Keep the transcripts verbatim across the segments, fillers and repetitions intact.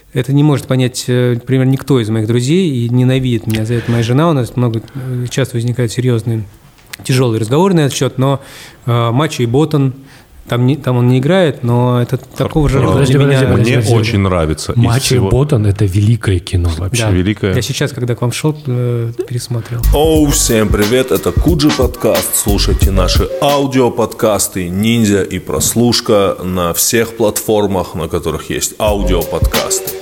Это не может понять, например, никто из моих друзей и ненавидит меня за это моя жена. У нас много, часто возникают серьезные, тяжелые разговоры на этот счет, но э, Мачо и Боттон, там, не, там он не играет, но это такого же рода. Подожди, подожди, Мне подожди, подожди. очень нравится. Мачо и Боттон – это великое кино вообще. Да. Великое. Я сейчас, когда к вам шел, э, пересмотрел. Оу, всем привет, это Куджи подкаст. Слушайте наши аудиоподкасты «Ниндзя» и «Прослушка» на всех платформах, на которых есть аудиоподкасты.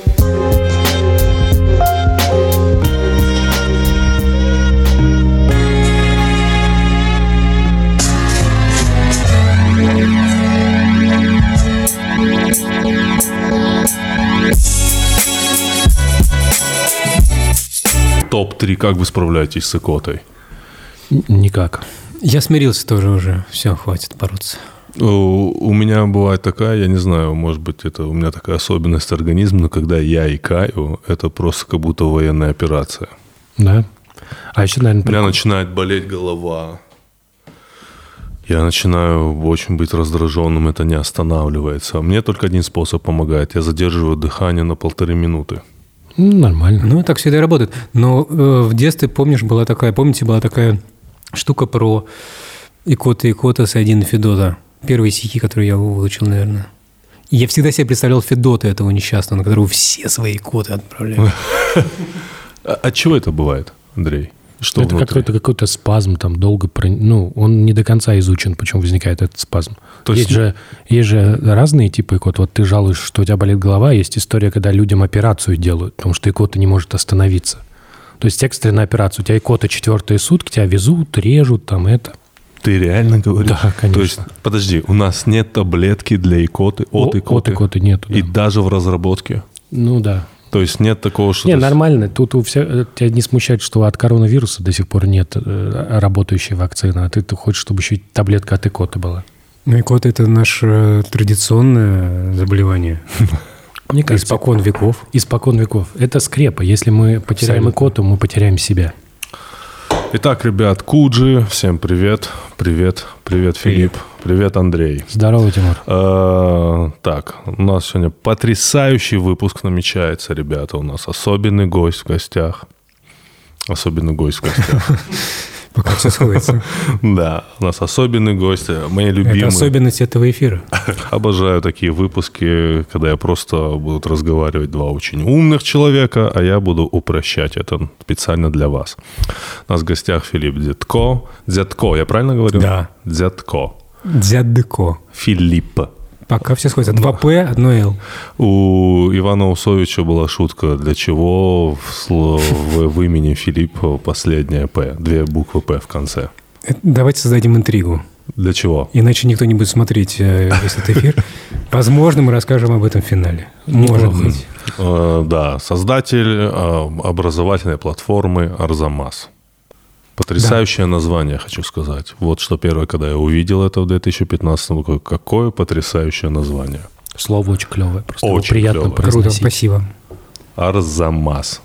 топ три. Как вы справляетесь с икотой? Никак. Я смирился тоже уже. Все, хватит бороться. У, у меня бывает такая, я не знаю, может быть, это у меня такая особенность организма, но когда я икаю, это просто как будто военная операция. Да? А еще, наверное... У меня начинает болеть голова. Я начинаю очень быть раздраженным, это не останавливается. Мне только один способ помогает. Я задерживаю дыхание на полторы минуты. Нормально. Ну, так всегда и работает. Но э, в детстве, помнишь, была такая, помните, была такая штука про икота, икота, Сайдина, Федота. Первые стихи, которые я выучил, наверное. И я всегда себе представлял Федота, этого несчастного, на которого все свои икоты отправляют. От чего это бывает, Андрей? Что это какой-то, какой-то спазм, там долго... Ну, он не до конца изучен, почему возникает этот спазм. То есть, есть, же, есть же разные типы икот. Вот ты жалуешься, что у тебя болит голова. Есть история, когда людям операцию делают, потому что икота не может остановиться. То есть экстренная операция. У тебя икота четвертые сутки, тебя везут, режут, там это. Ты реально говоришь? Да, конечно. То есть, подожди, у нас нет таблетки для икоты, от О, икоты? От икоты нету, да. И даже в разработке? Ну, да. То есть нет такого, что... Не, нормально. Тут у всех... Тебя не смущает, что от коронавируса до сих пор нет э, работающей вакцины, а ты, ты хочешь, чтобы еще таблетка от икоты была. Ну, икота – это наше традиционное заболевание. Мне кажется, испокон веков. Испокон веков. Это скрепа. Если мы потеряем Абсолютно. икоту, мы потеряем себя. Итак, ребят, Куджи, всем привет. Привет, привет, Филипп. Привет, привет Андрей. Здорово, Тимур. А, так, у нас сегодня потрясающий выпуск намечается, ребята. У нас особенный гость в гостях. Особенный гость в гостях. Пока все сходится. Да, у нас особенный гость, мои любимые. Это особенность этого эфира. Обожаю такие выпуски, когда я просто будут разговаривать два очень умных человека, а я буду упрощать это специально для вас. У нас в гостях Филипп Дзятко. Дзятко, я правильно говорю? Да. Дзятко. Дзятко. Филипп. Пока все сходится. Два П, одно Л. У Ивана Усовича была шутка, для чего в, в, в имени Филипп последняя П, две буквы П в конце. Давайте создадим интригу. Для чего? Иначе никто не будет смотреть весь этот эфир. Возможно, мы расскажем об этом в финале. Может быть. Да, создатель образовательной платформы Арзамас. Потрясающее да. название, хочу сказать. Вот что первое, когда я увидел это в две тысячи пятнадцатом, какое, какое потрясающее название. Слово очень клевое. Просто очень приятно клевое. произносить. Круто, спасибо. Арзамас.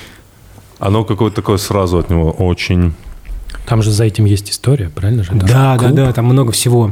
Оно какое-то такое сразу от него очень... Там же за этим есть история, правильно же? Да, да, да, там много всего.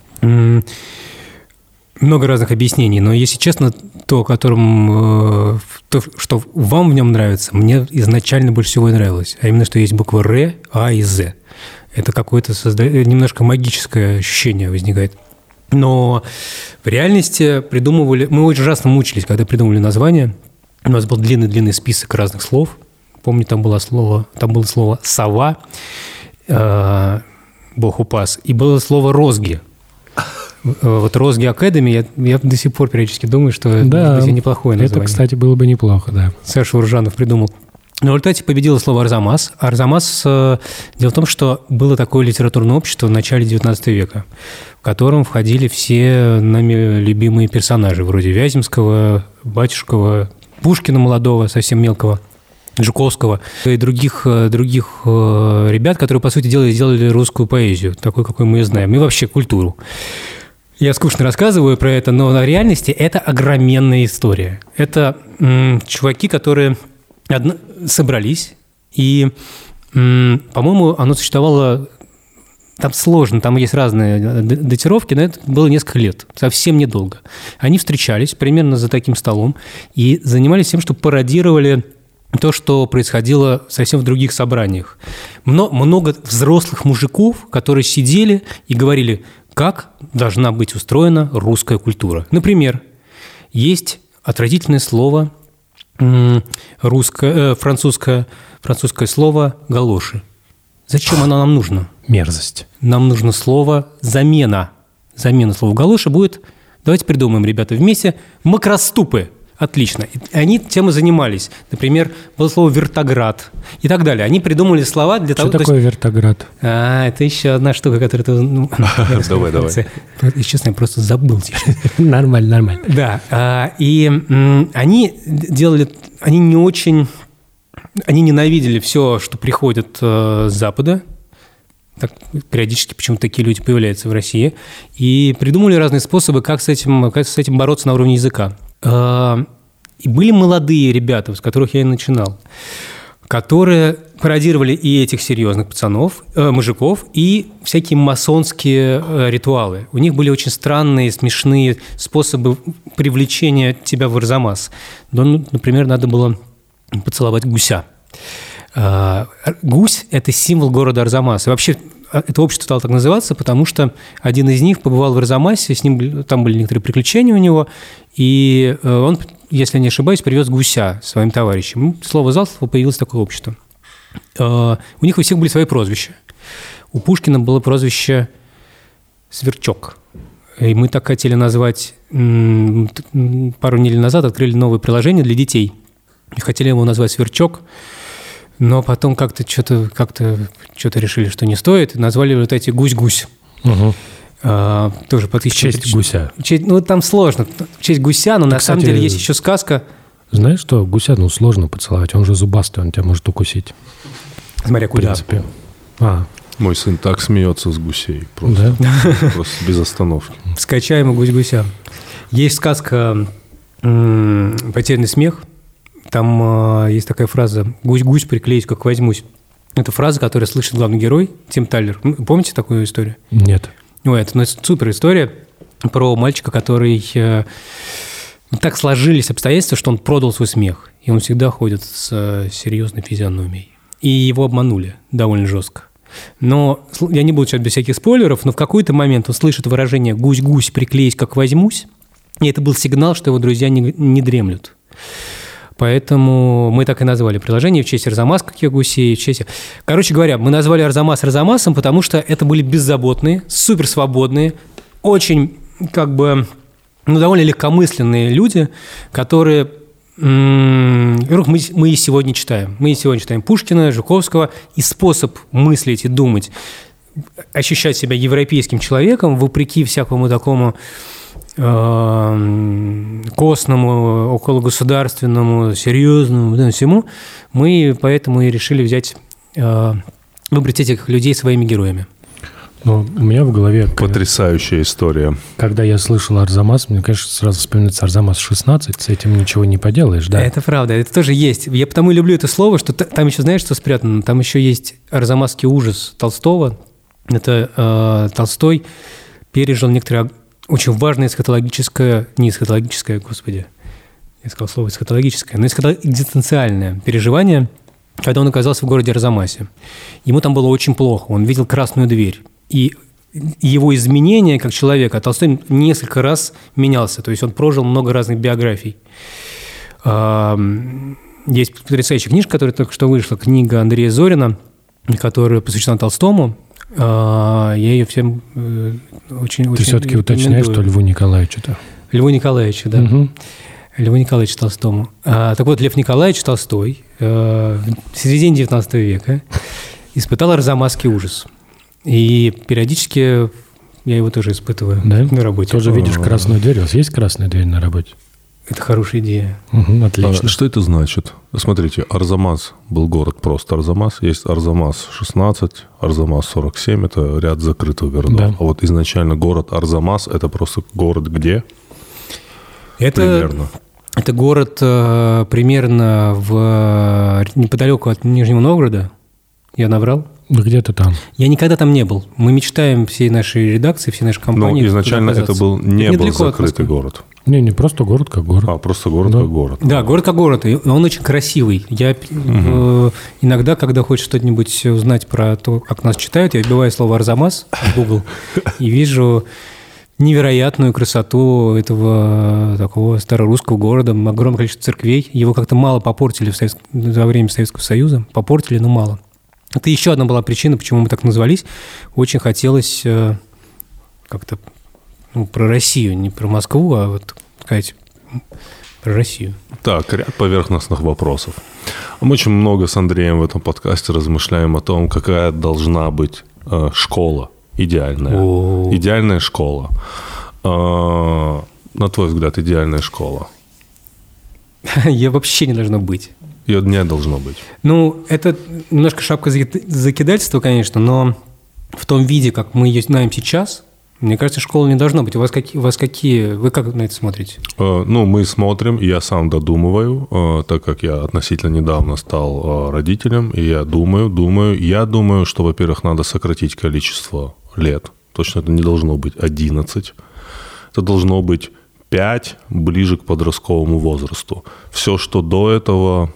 Много разных объяснений. Но, если честно, то, о котором, то, что вам в нем нравится, мне изначально больше всего и нравилось. А именно, что есть буквы Р, А и З. Это какое-то созда... немножко магическое ощущение возникает. Но в реальности придумывали... Мы очень ужасно мучились, когда придумывали название. У нас был длинный-длинный список разных слов. Помню, там было слово, там было слово «сова», э, бог упас, и было слово «розги». Вот «Розги Академи», я, я до сих пор периодически думаю, что да, может быть, и неплохое название. Это, кстати, было бы неплохо, да. Саша Уржанов придумал. Но в результате победило слово «Арзамас». Арзамас, э, дело в том, что было такое литературное общество в начале девятнадцатого века, в котором входили все нами любимые персонажи, вроде Вяземского, Батюшкова, Пушкина молодого, совсем мелкого, Жуковского и других, других ребят, которые, по сути дела, сделали русскую поэзию, такой, какой мы ее знаем, и вообще культуру. Я скучно рассказываю про это, но на реальности это огроменная история. Это м, чуваки, которые одно, собрались, и, м, по-моему, оно существовало там сложно, там есть разные датировки, но это было несколько лет, совсем недолго. Они встречались примерно за таким столом и занимались тем, что пародировали то, что происходило совсем в других собраниях. Много взрослых мужиков, которые сидели и говорили, как должна быть устроена русская культура. Например, есть отвратительное слово, русское, французское, французское слово «галоши». Зачем оно нам нужно? Мерзость. Нам нужно слово «замена». Замена слова «галоши» будет, давайте придумаем, ребята, вместе, «макроступы». Отлично. И они тем и занимались. Например, было слово «вертоград» и так далее. Они придумали слова для того... Что такое вертоград? А, это еще одна штука, которую ты... Давай, давай. Честно, я просто забыл сейчас. Нормально, нормально. Да. И они делали... Они не очень... Они ненавидели все, что приходит с Запада. Так, периодически почему-то такие люди появляются в России. И придумали разные способы, как с этим, как с этим бороться на уровне языка. И были молодые ребята, с которых я и начинал, которые пародировали и этих серьезных пацанов, э, мужиков, и всякие масонские э, ритуалы. У них были очень странные, смешные способы привлечения тебя в Арзамас. Ну, например, надо было поцеловать гуся. Э, гусь – это символ города Арзамас. И вообще это общество стало так называться, потому что один из них побывал в Арзамасе, с ним, там были некоторые приключения у него, и он, если не ошибаюсь, привез гуся своим товарищам. Слово за слово появилось такое общество. У них у всех были свои прозвища. У Пушкина было прозвище «Сверчок». И мы так хотели назвать... Пару недель назад открыли новое приложение для детей. И хотели его назвать «Сверчок». Но потом как-то что-то, как-то что-то решили, что не стоит, и назвали вот эти «Гусь-гусь». Угу. А, тоже по тысяче... В честь гуся. В честь, ну, там сложно. В честь гуся, но так, на самом кстати, деле есть еще сказка. Знаешь что, гуся, ну, сложно поцеловать, он же зубастый, он тебя может укусить. Смотря куда. В принципе. А. Мой сын так смеется с гусей, просто, да? Просто без остановки. Скачаем и гусь-гуся. Есть сказка «Потерянный смех». Там э, есть такая фраза «гусь-гусь приклеить, как возьмусь». Это фраза, которую слышит главный герой Тим Тайлер. Помните такую историю? Нет. Ой, это ну, супер история про мальчика, который... Э, так сложились обстоятельства, что он продал свой смех. И он всегда ходит с э, серьезной физиономией. И его обманули довольно жестко. Но я не буду сейчас без всяких спойлеров, но в какой-то момент он слышит выражение «гусь-гусь приклеить, как возьмусь». И это был сигнал, что его друзья не, не дремлют. Поэтому мы так и назвали приложение в честь арзамасских гусей, в честь... Короче говоря, мы назвали Арзамас Арзамасом, потому что это были беззаботные, суперсвободные, очень, как бы, ну, довольно легкомысленные люди, которые... Во-первых, мы, мы и сегодня читаем. Мы и сегодня читаем Пушкина, Жуковского, и способ мыслить и думать, ощущать себя европейским человеком, вопреки всякому такому... костному, окологосударственному, серьезному, да, всему, мы поэтому и решили взять, выбрать этих людей своими героями. Ну, у меня в голове... Потрясающая история. Когда я слышал Арзамас, мне, конечно, сразу вспоминается Арзамас шестнадцать, с этим ничего не поделаешь, да? Это правда, это тоже есть. Я потому и люблю это слово, что там еще, знаешь, что спрятано? Там еще есть арзамасский ужас Толстого. Это э, Толстой пережил некоторые... Очень важное эсхатологическое, не эсхатологическое, господи, я сказал слово эсхатологическое, но экзистенциальное переживание, когда он оказался в городе Арзамасе. Ему там было очень плохо, он видел красную дверь. И его изменения как человека, Толстой несколько раз менялся, то есть он прожил много разных биографий. Есть потрясающая книжка, которая только что вышла, книга Андрея Зорина, которая посвящена Толстому. Я ее всем очень... Ты очень все-таки уточняешь, что Льву Николаевичу-то? Льву Николаевичу, да. Угу. Льву Николаевичу Толстому. А, так вот, Лев Николаевич Толстой э, в середине девятнадцатого века испытал арзамасский ужас. И периодически я его тоже испытываю, да? На работе. Тоже видишь красную дверь? У вас есть красная дверь на работе? Это хорошая идея. Угу, отлично. А что это значит? Смотрите, Арзамас был город просто Арзамас. Есть Арзамас шестнадцать, Арзамас сорок семь. Это ряд закрытых городов. Да. А вот изначально город Арзамас – это просто город где? Это, примерно. Это город э, примерно в, неподалеку от Нижнего Новгорода. Я наврал? Да где-то там. Я никогда там не был. Мы мечтаем всей нашей редакции, всей нашей компании. Ну, изначально это был не был закрытый город. Не, не просто город как город. А, просто город да. как город. Да, город как город. И он очень красивый. Я угу. э, иногда, когда хочешь что-нибудь узнать про то, как нас читают, я вбиваю слово «Арзамас» в Google и вижу невероятную красоту этого такого старорусского города, огромное количество церквей. Его как-то мало попортили в Совет... во время Советского Союза. Попортили, но мало. Это еще одна была причина, почему мы так назвались. Очень хотелось э, как-то ну, про Россию, не про Москву, а вот сказать про Россию. Так, ряд поверхностных вопросов. Мы очень много с Андреем в этом подкасте размышляем о том, какая должна быть э, школа идеальная. О-о-о. Идеальная школа. Э, на твой взгляд, идеальная школа? Ее вообще не должно быть. Ее не должно быть. Ну, это немножко шапка закидательства, конечно, но в том виде, как мы ее знаем сейчас, мне кажется, школы не должно быть. У вас какие, у вас какие вы как на это смотрите? Э, ну, мы смотрим, я сам додумываю, э, так как я относительно недавно стал э, родителем, и я думаю, думаю, я думаю, что, во-первых, надо сократить количество лет. Точно это не должно быть одиннадцать. Это должно быть пять, ближе к подростковому возрасту. Все, что до этого...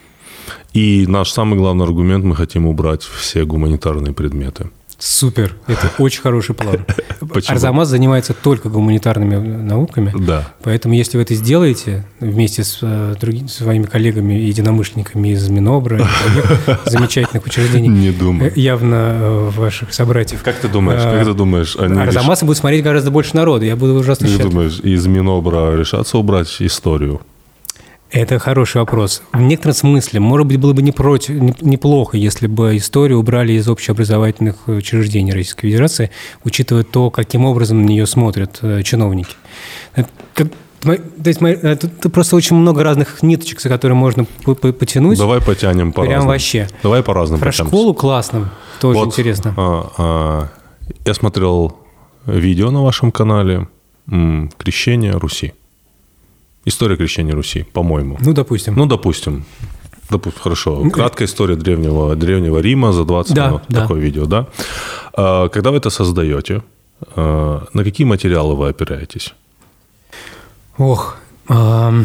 И наш самый главный аргумент, мы хотим убрать все гуманитарные предметы. Супер, это очень хороший план. Почему? Арзамас занимается только гуманитарными науками, да. Поэтому если вы это сделаете вместе с э, другими своими коллегами и единомышленниками из Минобра и других замечательных учреждений, не думаю. явно э, ваших собратьев. Как ты думаешь? Как ты думаешь? Они Арзамаса реш... будет смотреть гораздо больше народа. Я буду ужасно счастлив. Ты думаешь, из Минобра решатся убрать историю? Это хороший вопрос. В некотором смысле, может быть, было бы не против, не, неплохо, если бы историю убрали из общеобразовательных учреждений Российской Федерации, учитывая то, каким образом на нее смотрят э, чиновники. Как, то есть, тут просто очень много разных ниточек, за которые можно потянуть. Давай потянем по-разному. Прям вообще. Давай по-разному Про потянем. школу классно, тоже вот, интересно. А, а, я смотрел видео на вашем канале м, «Крещение Руси». История крещения Руси, по-моему. Ну, допустим. Ну, допустим. Допустим, хорошо. Краткая история древнего, древнего Рима за двадцать да, минут. Да. Такое видео, да? Когда вы это создаете, на какие материалы вы опираетесь? Ох. Э,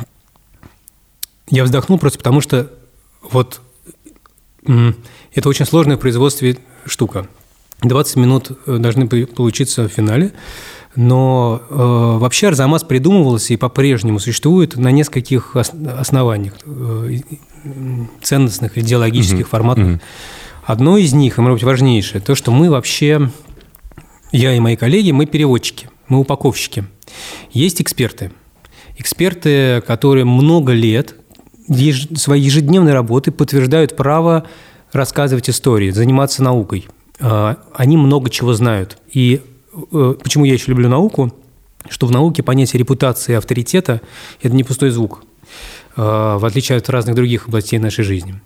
я вздохнул просто потому, что вот э, это очень сложная в производстве штука. двадцать минут должны получиться в финале. Но э, вообще Арзамас придумывался и по-прежнему существует на нескольких ос- основаниях, э, ценностных, идеологических, mm-hmm. форматных. Mm-hmm. Одно из них, и, может быть, важнейшее, то, что мы вообще, я и мои коллеги, мы переводчики, мы упаковщики. Есть эксперты. Эксперты, которые много лет еж- своей ежедневной работой подтверждают право рассказывать истории, заниматься наукой. Э, они много чего знают. И почему я еще люблю науку, что в науке понятие репутации и авторитета – это не пустой звук, в отличие от разных других областей нашей жизни.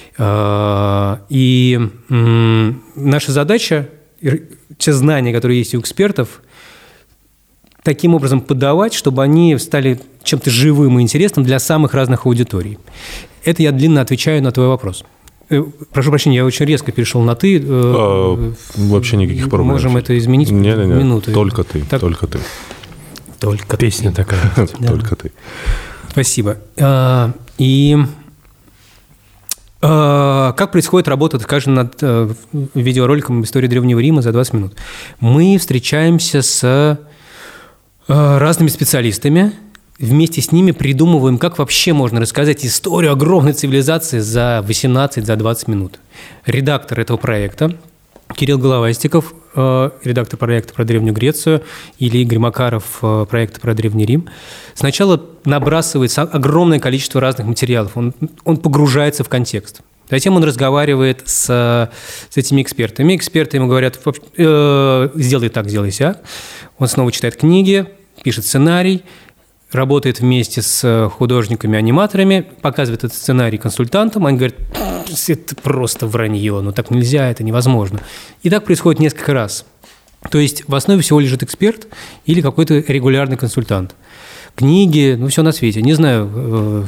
И наша задача – те знания, которые есть у экспертов, таким образом подавать, чтобы они стали чем-то живым и интересным для самых разных аудиторий. Это я длинно отвечаю на твой вопрос. Прошу прощения, я очень резко перешел на «ты». А, вообще никаких проблем. Можем это изменить в минуту. Только ты, так... только ты. Только Песня ты. такая. Только ты. Спасибо. И как происходит работа, скажем, над видеороликом «История Древнего Рима» за двадцать минут? Мы встречаемся с разными специалистами, вместе с ними придумываем, как вообще можно рассказать историю огромной цивилизации за восемнадцать-двадцать минут. Редактор этого проекта Кирилл Головастиков, редактор проекта про Древнюю Грецию, или Игорь Макаров, проекта про Древний Рим, сначала набрасывает огромное количество разных материалов, он, он погружается в контекст. Затем он разговаривает с, с этими экспертами. Эксперты ему говорят, э, сделай так, сделай сяк. Он снова читает книги, пишет сценарий, работает вместе с художниками-аниматорами, показывает этот сценарий консультантам, они говорят, это просто вранье, ну так нельзя, это невозможно. И так происходит несколько раз. То есть в основе всего лежит эксперт или какой-то регулярный консультант. Книги, ну все на свете. Не знаю,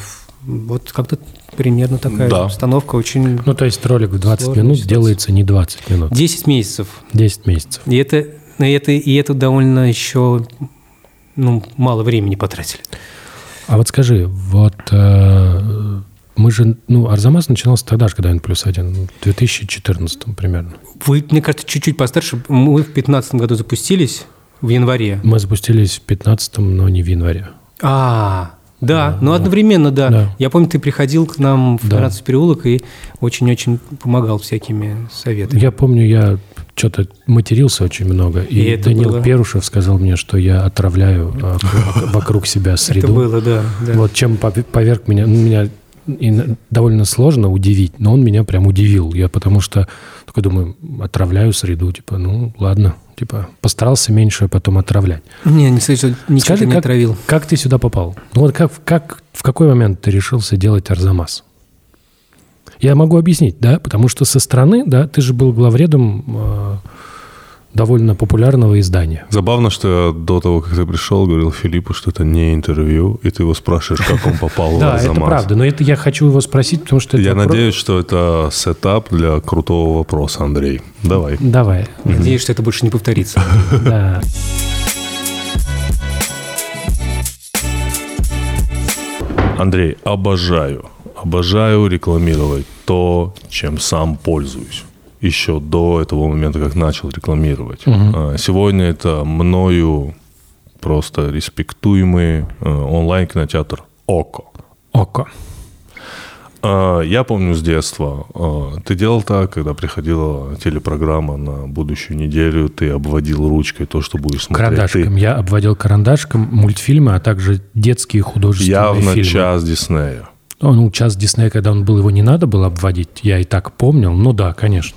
Вот как-то примерно такая да. установка очень... Ну, то есть ролик в двадцать минут ситуация. Делается не двадцать минут. десять месяцев. десять месяцев. И это, и это, и это довольно еще ну, мало времени потратили. А вот скажи, вот э, мы же... Ну, Арзамас начинался тогда же, когда Н плюс один, в две тысячи четырнадцатом примерно. Вы, мне кажется, чуть-чуть постарше. Мы в две тысячи пятнадцатом году запустились в январе. Мы запустились в пятнадцатом, но не в январе. А, да, но одновременно, да. да. Я помню, ты приходил к нам в да. Французский переулок и очень-очень помогал всякими советами. Я помню, я что-то матерился очень много, и, и Данил было... Перушев сказал мне, что я отравляю вокруг себя среду. Это было, да. Вот чем поверг меня... Меня довольно сложно удивить, но он меня прям удивил. Я потому что только думаю, отравляю среду, типа, ну, ладно. Типа, постарался меньше, а потом отравлять. Не, не слышал, ничего Скажи, не как, отравил. Как ты сюда попал? Ну, вот как, как, в какой момент ты решился делать Арзамас? Я могу объяснить, да, потому что со стороны, да, ты же был главредом э, довольно популярного издания. Забавно, что я до того, как ты пришел, говорил Филиппу, что это не интервью, и ты его спрашиваешь, как он попал в Арзамас. Да, это правда, но это я хочу его спросить, потому что... Я надеюсь, что это сетап для крутого вопроса, Андрей. Давай. Давай. Надеюсь, что это больше не повторится. Да. Андрей, обожаю, обожаю рекламировать то, чем сам пользуюсь. Еще до этого момента, как начал рекламировать. Uh-huh. Сегодня это мною просто респектуемый онлайн-кинотеатр ОКО. ОКО. Я помню с детства, ты делал так, когда приходила телепрограмма на будущую неделю, ты обводил ручкой то, что будешь смотреть. Карандашиком. Ты... Я обводил карандашиком мультфильмы, а также детские художественные Явно фильмы. Явно час Диснея. Ну, ну, час Диснея, когда он был, его не надо было обводить, я и так помнил. Ну да, конечно.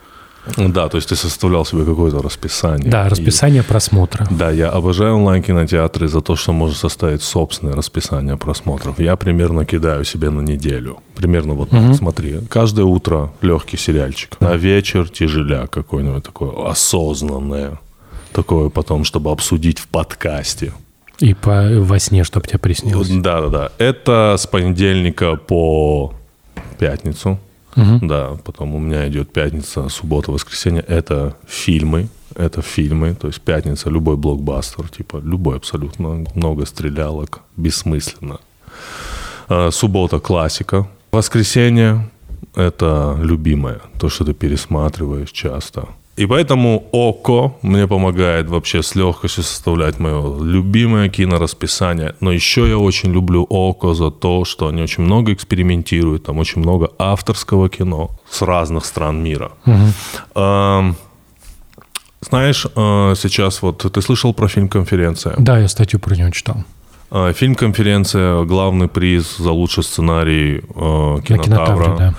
Да, то есть ты составлял себе какое-то расписание. Да, расписание и... просмотра. Да, я обожаю онлайн-кинотеатры за то, что можно составить собственное расписание просмотров. Я примерно кидаю себе на неделю. Примерно вот угу. смотри. Каждое утро легкий сериальчик. На вечер тяжеляк какой-нибудь такое осознанное. Такое потом, чтобы обсудить в подкасте. И по, во сне, чтобы тебе приснилось. Да-да-да. Это с понедельника по пятницу. Uh-huh. Да, потом у меня идет пятница, суббота, воскресенье. Это фильмы, это фильмы, то есть пятница, любой блокбастер, типа любой абсолютно, много стрелялок, бессмысленно. А, суббота классика. Воскресенье это любимое, то, что ты пересматриваешь часто. И поэтому ОКО мне помогает вообще с легкостью составлять мое любимое кинорасписание. Но еще я очень люблю ОКО за то, что они очень много экспериментируют. Там очень много авторского кино с разных стран мира. Угу. А, знаешь, сейчас вот ты слышал про фильм «Конференция»? Да, я статью про него читал. Фильм «Конференция», главный приз за лучший сценарий «Кинотавра». Да.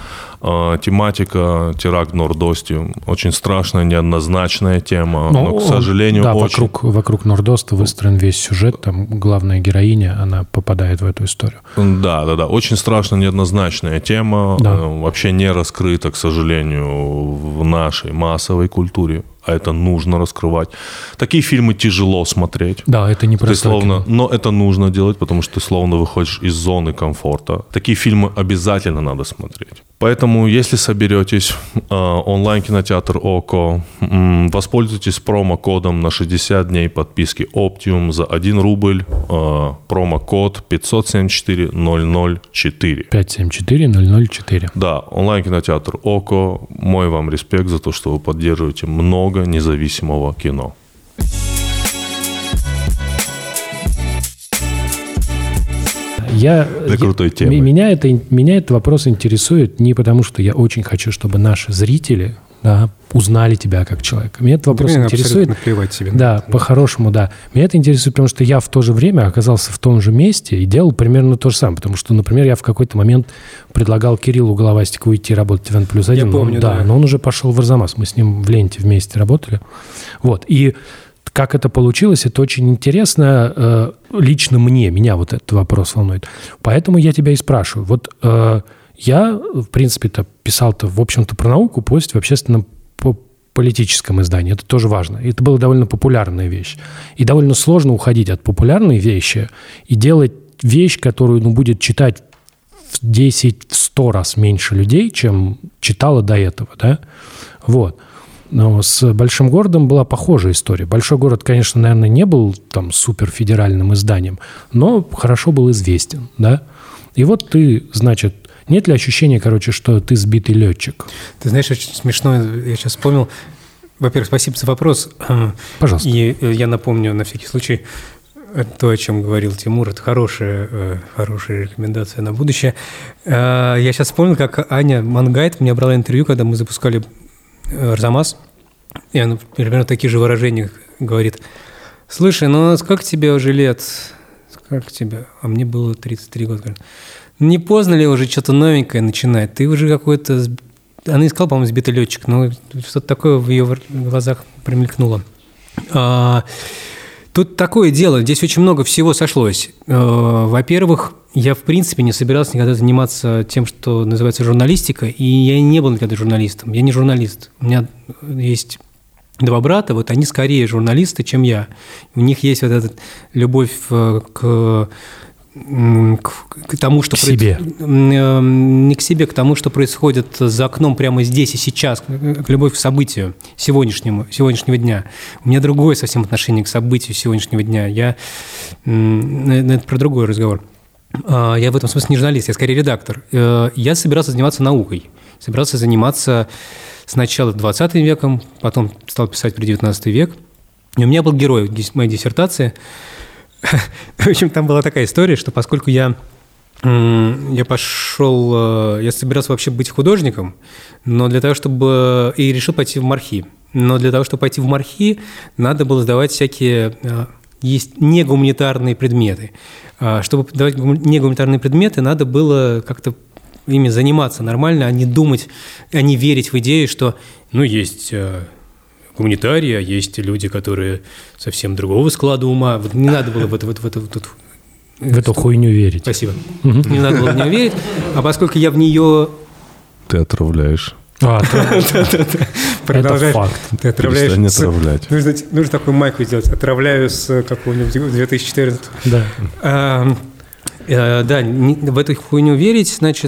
Тематика теракт в Нордосте. Очень страшная, неоднозначная тема. Но, но к сожалению, да, очень... вокруг, вокруг Нордоста выстроен весь сюжет. Там главная героиня, она попадает в эту историю. Да, да, да. Очень страшная, неоднозначная тема. Да. Вообще не раскрыта, к сожалению, в нашей массовой культуре. А это нужно раскрывать. Такие фильмы тяжело смотреть. Да, это не просто. Словно, но это нужно делать, потому что ты словно выходишь из зоны комфорта. Такие фильмы обязательно надо смотреть. Поэтому, если соберетесь, онлайн-кинотеатр ОКО, воспользуйтесь промокодом на шестьдесят дней подписки Optium за один рубль. Промокод пятьсот семьдесят четыре ноль ноль четыре. пятьсот семьдесят четыре ноль ноль четыре. Да, онлайн-кинотеатр ОКО. Мой вам респект за то, что вы поддерживаете много независимого кино. Я, Для крутой темы. Меня, это, меня этот вопрос интересует не потому, что я очень хочу, чтобы наши зрители да, узнали тебя как человека. Меня этот вопрос да, интересует. Наплевать себе. Да, по-хорошему, да. Меня это интересует, потому что я в то же время оказался в том же месте и делал примерно то же самое. Потому что, например, я в какой-то момент предлагал Кириллу Головастику уйти работать в Н плюс один. Я помню, да, да. Но он уже пошел в Арзамас. Мы с ним в ленте вместе работали. Вот. И как это получилось, это очень интересно. Э, лично мне, меня вот этот вопрос волнует. Поэтому я тебя и спрашиваю. Вот э, я, в принципе-то, писал-то, в общем-то, про науку, пусть в общественном политическом издании. Это тоже важно. Это была довольно популярная вещь. И довольно сложно уходить от популярной вещи и делать вещь, которую ну, будет читать в десять, в сто раз меньше людей, чем читало до этого, да, вот. Но с «Большим городом» была похожая история. «Большой город», конечно, наверное, не был там суперфедеральным изданием, но хорошо был известен, да. И вот ты, значит, нет ли ощущения, короче, что ты сбитый летчик? Ты знаешь, очень смешно, я сейчас вспомнил. Во-первых, спасибо за вопрос. Пожалуйста. И я напомню на всякий случай то, о чем говорил Тимур. Это хорошая, хорошая рекомендация на будущее. Я сейчас вспомнил, как Аня Мангайт мне брала интервью, когда мы запускали «Арзамас». И она примерно такие же выражения говорит. Слушай, ну сколько тебе уже лет? Как тебе? А мне было тридцать три года. Не поздно ли уже что-то новенькое начинать? Ты уже какой-то... Она искала, по-моему, сбитый летчик, но что-то такое в ее глазах промелькнуло. А, тут такое дело, здесь очень много всего сошлось. А, во-первых, я, в принципе, не собирался никогда заниматься тем, что называется журналистика, и я не был никогда журналистом. Я не журналист. У меня есть два брата, вот они скорее журналисты, чем я. У них есть вот эта любовь к... К, к тому, что... К себе. Не к себе, к тому, что происходит за окном прямо здесь и сейчас, к любовь к событию сегодняшнему, сегодняшнего дня. У меня другое совсем отношение к событию сегодняшнего дня. Я... Это про другой разговор. Я в этом смысле не журналист, я скорее редактор. Я собирался заниматься наукой. Собирался заниматься сначала двадцатым веком, потом стал писать про девятнадцатый век. И у меня был герой в моей диссертации. В общем, там была такая история, что поскольку я, я пошел, я собирался вообще быть художником, но для того, чтобы... И решил пойти в МАРХИ. Но для того, чтобы пойти в МАРХИ, надо было сдавать всякие... Есть негуманитарные предметы. Чтобы давать негуманитарные предметы, надо было как-то ими заниматься нормально, а не думать, а не верить в идею, что, ну, есть... гуманитарии, а есть люди, которые совсем другого склада ума. Вот не надо было в это, в это, в это, в это, в эту хуйню верить. Спасибо. Не надо было в нее верить. А поскольку я в нее... Ты отравляешь. А, это факт. Ты отравляешь. Перестань отравлять. Нужно такую майку сделать. Отравляю с какого-нибудь две тысячи четырнадцатого. Да. Да, в эту хуйню верить, значит,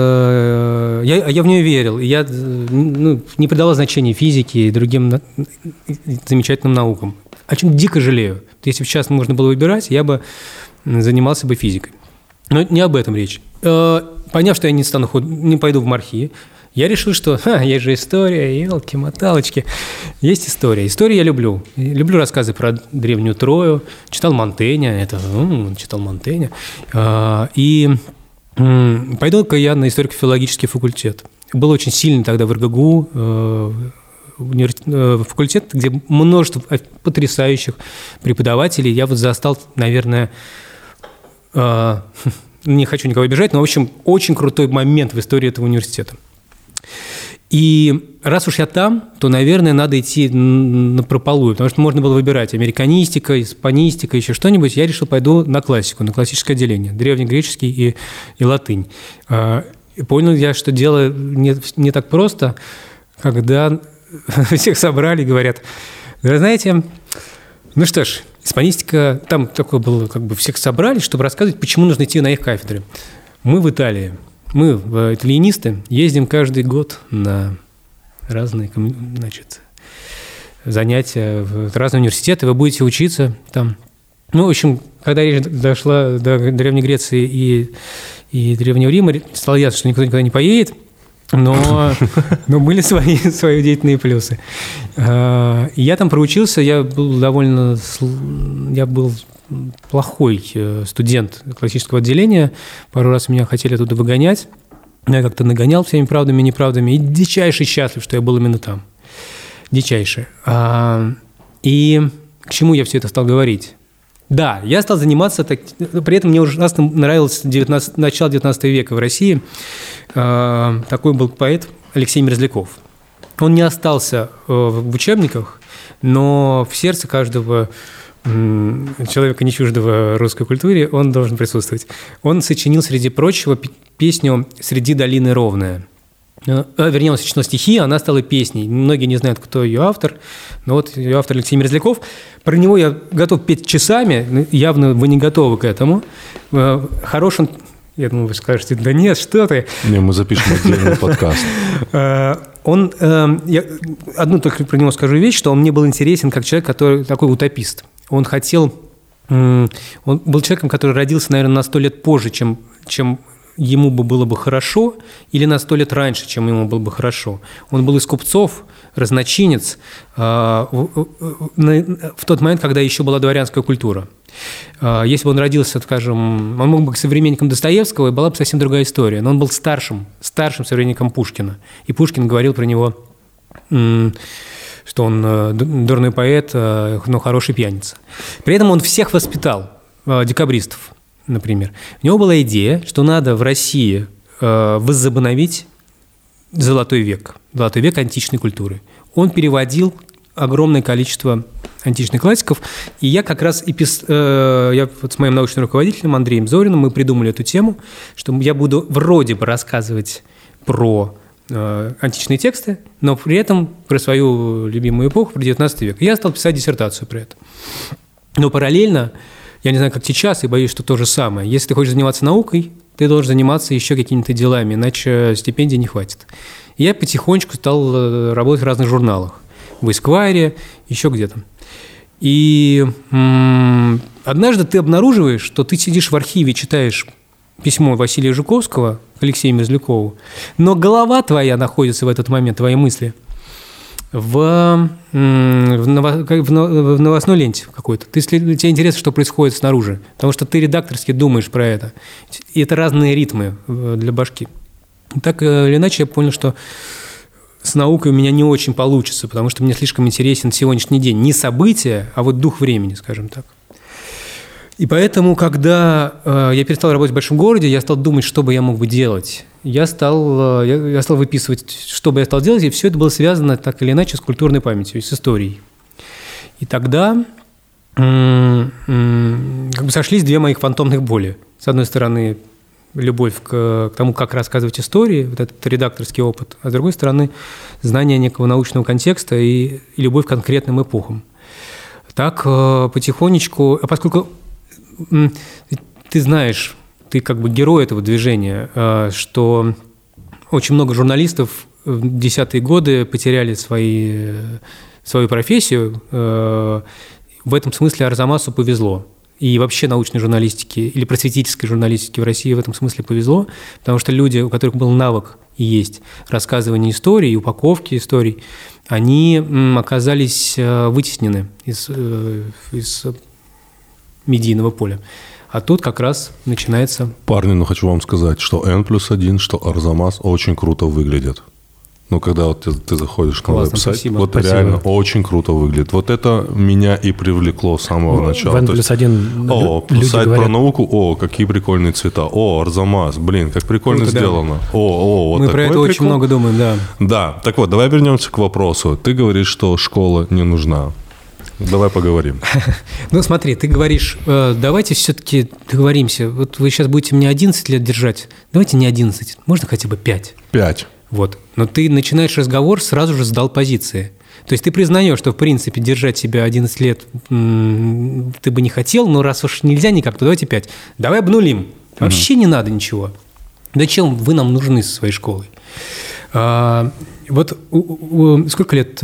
я, я в нее верил. Я ну, не придавал значения физике и другим замечательным наукам. О чем дико жалею. Если бы сейчас можно было выбирать, я бы занимался бы физикой. Но не об этом речь. Поняв, что я не стану, не пойду в МАРХИ, я решил, что ха, есть же история, елки-моталочки. Есть история. Историю я люблю. Люблю рассказы про древнюю Трою. Читал Монтэня. Это, ну, читал Монтэня. И пойду-ка я на историко-филологический факультет. Был очень сильный тогда в РГГУ факультет, где множество потрясающих преподавателей. Я вот застал, наверное... Не хочу никого обижать, но, в общем, очень крутой момент в истории этого университета. И раз уж я там, то, наверное, надо идти напропалую, потому что можно было выбирать американистика, испанистика, еще что-нибудь. Я решил, пойду на классику, на классическое отделение, древнегреческий и, и латынь. И понял я, что дело не, не так просто, когда всех собрали и говорят, вы знаете, ну что ж, испанистика, там такое было, как бы всех собрали, чтобы рассказывать, почему нужно идти на их кафедры. Мы в Италии. Мы, итальянисты, ездим каждый год на разные, значит, занятия в разные университеты, вы будете учиться там. Ну, в общем, когда речь дошла до Древней Греции и, и Древнего Рима, стало ясно, что никто никуда не поедет, но, но были свои, свои удивительные плюсы. И я там проучился, я был довольно... Я был... плохой студент классического отделения. Пару раз меня хотели оттуда выгонять. Я как-то нагонял всеми правдами и неправдами. И дичайше счастлив, что я был именно там. Дичайше. И к чему я все это стал говорить? Да, я стал заниматься... Так, при этом мне ужасно нравилось девятнадцатый, начало девятнадцатого века в России. Такой был поэт Алексей Мерзляков. Он не остался в учебниках, но в сердце каждого... человека, не чуждого русской культуре, он должен присутствовать. Он сочинил, среди прочего, песню «Среди долины ровная». Вернее, он сочинил стихи, она стала песней. Многие не знают, кто ее автор, но вот ее автор Алексей Мерзляков. Про него я готов петь часами, явно вы не готовы к этому. Хорош он Я думаю, вы скажете, да нет, что ты. Не, мы запишем отдельный подкаст. Он, я одну только про него скажу вещь, что он мне был интересен как человек, который такой утопист. Он хотел, он был человеком, который родился, наверное, на сто лет позже, чем, чем ему бы было бы хорошо, или на сто лет раньше, чем ему было бы хорошо. Он был из купцов, разночинец, в тот момент, когда еще была дворянская культура. Если бы он родился, скажем, он мог быть современником Достоевского, и была бы совсем другая история. Но он был старшим, старшим современником Пушкина. И Пушкин говорил про него, что он дурной поэт, но хороший пьяница. При этом он всех воспитал, декабристов, например. У него была идея, что надо в России возобновить золотой век, золотой век античной культуры. Он переводил огромное количество античных классиков, и я как раз и пис... я вот с моим научным руководителем Андреем Зориным мы придумали эту тему, что я буду вроде бы рассказывать про античные тексты, но при этом про свою любимую эпоху, про девятнадцатый век. И я стал писать диссертацию про это. Но параллельно, я не знаю, как сейчас, и боюсь, что то же самое. Если ты хочешь заниматься наукой, ты должен заниматься еще какими-то делами, иначе стипендии не хватит. И я потихонечку стал работать в разных журналах. В Эсквайре, еще где-то. И м- однажды ты обнаруживаешь, что ты сидишь в архиве, читаешь письмо Василия Жуковского к Алексею Мерзлякову, но голова твоя находится в этот момент, твои мысли, в, в, ново, в новостной ленте какой-то. Ты, тебе интересно, что происходит снаружи, потому что ты редакторски думаешь про это. И это разные ритмы для башки. Так или иначе, я понял, что с наукой у меня не очень получится, потому что мне слишком интересен сегодняшний день. Не события, а вот дух времени, скажем так. И поэтому, когда э, я перестал работать в большом городе, я стал думать, что бы я мог бы делать. Я стал, э, я, я стал выписывать, что бы я стал делать, и все это было связано так или иначе с культурной памятью, с историей. И тогда э, э, как бы сошлись две моих фантомных боли. С одной стороны, любовь к, к тому, как рассказывать истории, вот этот редакторский опыт, а с другой стороны, знание некого научного контекста и, и любовь к конкретным эпохам. Так э, потихонечку, а поскольку э, ты знаешь, ты как бы герой этого движения, э, что очень много журналистов в десятые годы потеряли свои, свою профессию, э, в этом смысле Арзамасу повезло. И вообще научной журналистике или просветительской журналистике в России в этом смысле повезло, потому что люди, у которых был навык и есть рассказывание историй, упаковки историй, они оказались вытеснены из, из медийного поля. А тут как раз начинается... Парни, ну хочу вам сказать, что Н плюс один, что Арзамас очень круто выглядит. Ну, когда вот ты, ты заходишь на веб-сайт, спасибо. Вот спасибо. Реально очень круто выглядит. Вот это меня и привлекло с самого начала. В Н плюс один о, сайт говорят... про науку, о, какие прикольные цвета, о, Арзамас, блин, как прикольно круто, сделано. Да. О, о, вот мы про это прикол. Очень много думаем, да. Да, так вот, давай вернемся к вопросу. Ты говоришь, что школа не нужна. Давай поговорим. Ну, смотри, ты говоришь, давайте все-таки договоримся. Вот вы сейчас будете мне одиннадцать лет держать. Давайте не одиннадцать, можно хотя бы пять. пять. Вот. Но ты начинаешь разговор, сразу же сдал позиции. То есть ты признаешь, что, в принципе, держать себя одиннадцать лет м- ты бы не хотел, но раз уж нельзя никак, то давайте пять. Давай обнулим. Вообще угу. не надо ничего. Зачем вы нам нужны со своей школой? А, вот у, у, сколько лет...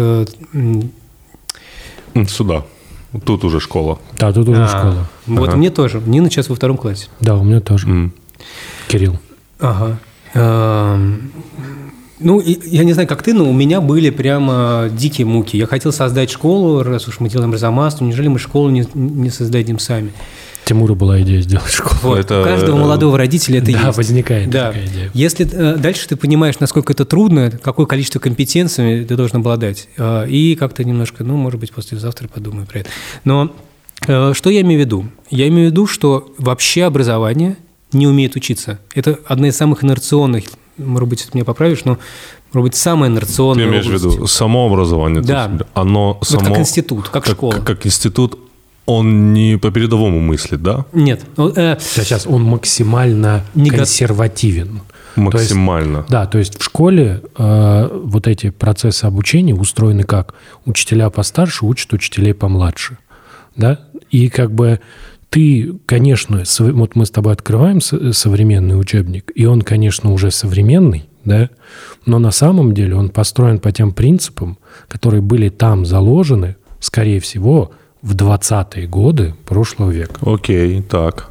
Сюда. Тут уже школа. Да, тут уже а, школа. Вот ага. Мне тоже. Нина сейчас во втором классе. Да, у меня тоже. Mm. Кирилл. Ага. А, ну, я не знаю, как ты, но у меня были прямо дикие муки. Я хотел создать школу, раз уж мы делаем Арзамас, то неужели мы школу не, не создадим сами? Тимуру была идея сделать школу. Вот, это... У каждого молодого родителя это да, есть. Возникает да, возникает такая идея. Если э, дальше ты понимаешь, насколько это трудно, какое количество компетенций ты должен обладать, э, и как-то немножко, ну, может быть, послезавтра подумаю про это. Но э, что я имею в виду? Я имею в виду, что вообще образование не умеет учиться. Это одна из самых инерционных, может быть, ты меня поправишь, но, может быть, самая инерционная Ты имеешь область. в виду само образование? Да. Есть, оно вот само... как институт, как, как школа. Как, как институт. Он не по передовому мыслит, да? Нет. Э, Сейчас он максимально не консервативен. Максимально. То есть, да, то есть в школе э, вот эти процессы обучения устроены как? Учителя постарше учат учителей помладше. Да? И как бы ты, конечно, вот мы с тобой открываем современный учебник, и он, конечно, уже современный, да, но на самом деле он построен по тем принципам, которые были там заложены, скорее всего, в двадцатые годы прошлого века. Окей, так.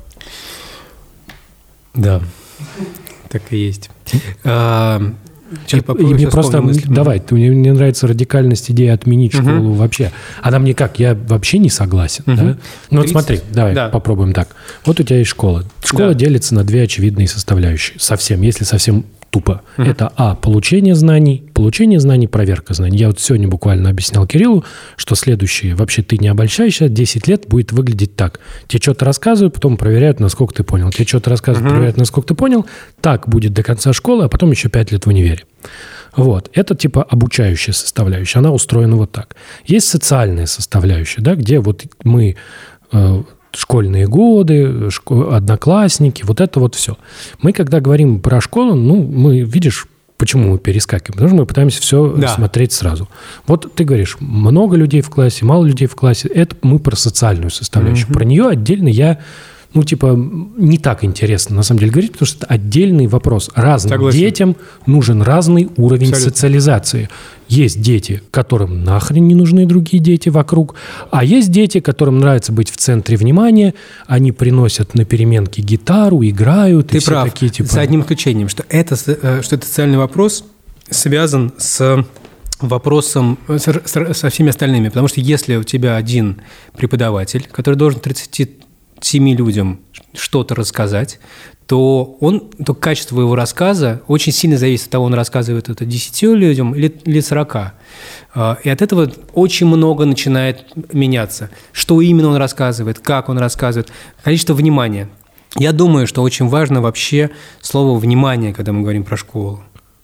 Да, так и есть. А, и, и мне просто, мысли. Давай, ты, мне, мне нравится радикальность идеи отменить угу. школу вообще. Она мне как, я вообще не согласен. Угу. Да? Ну вот смотри, давай да. попробуем так. Вот у тебя есть школа. Школа да. делится на две очевидные составляющие. Совсем, если совсем тупо. Uh-huh. Это а. Получение знаний. Получение знаний, проверка знаний. Я вот сегодня буквально объяснял Кириллу, что следующее. Вообще ты не обольщайся, десять лет будет выглядеть так. Тебе что-то рассказывают, потом проверяют, насколько ты понял. Тебе что-то рассказывают, uh-huh. проверяют, насколько ты понял. Так будет до конца школы, а потом еще пять лет в универе. Вот. Это типа обучающая составляющая. Она устроена вот так. Есть социальная составляющая, да, где вот мы... Э, школьные годы, шко... одноклассники, вот это вот все. Мы, когда говорим про школу, ну, мы, видишь, почему мы перескакиваем? Потому что мы пытаемся все да. смотреть сразу. Вот ты говоришь, много людей в классе, мало людей в классе. Это мы про социальную составляющую. Mm-hmm. Про нее отдельно я, ну, типа, не так интересно, на самом деле, говорить, потому что это отдельный вопрос. Разным Согласен. Детям нужен разный уровень Абсолютно. Социализации. Есть дети, которым нахрен не нужны другие дети вокруг, а есть дети, которым нравится быть в центре внимания, они приносят на переменке гитару, играют. Ты и прав, все такие, типа... за одним исключением, что это, что это социальный вопрос связан с вопросом, с, со всеми остальными. Потому что если у тебя один преподаватель, который должен тридцати семи людям что-то рассказать, то, он, то качество его рассказа очень сильно зависит от того, он рассказывает это десяти людям или, или сорока. И от этого очень много начинает меняться. Что именно он рассказывает, как он рассказывает, количество внимания. Я думаю, что очень важно вообще слово «внимание», когда мы говорим про школу.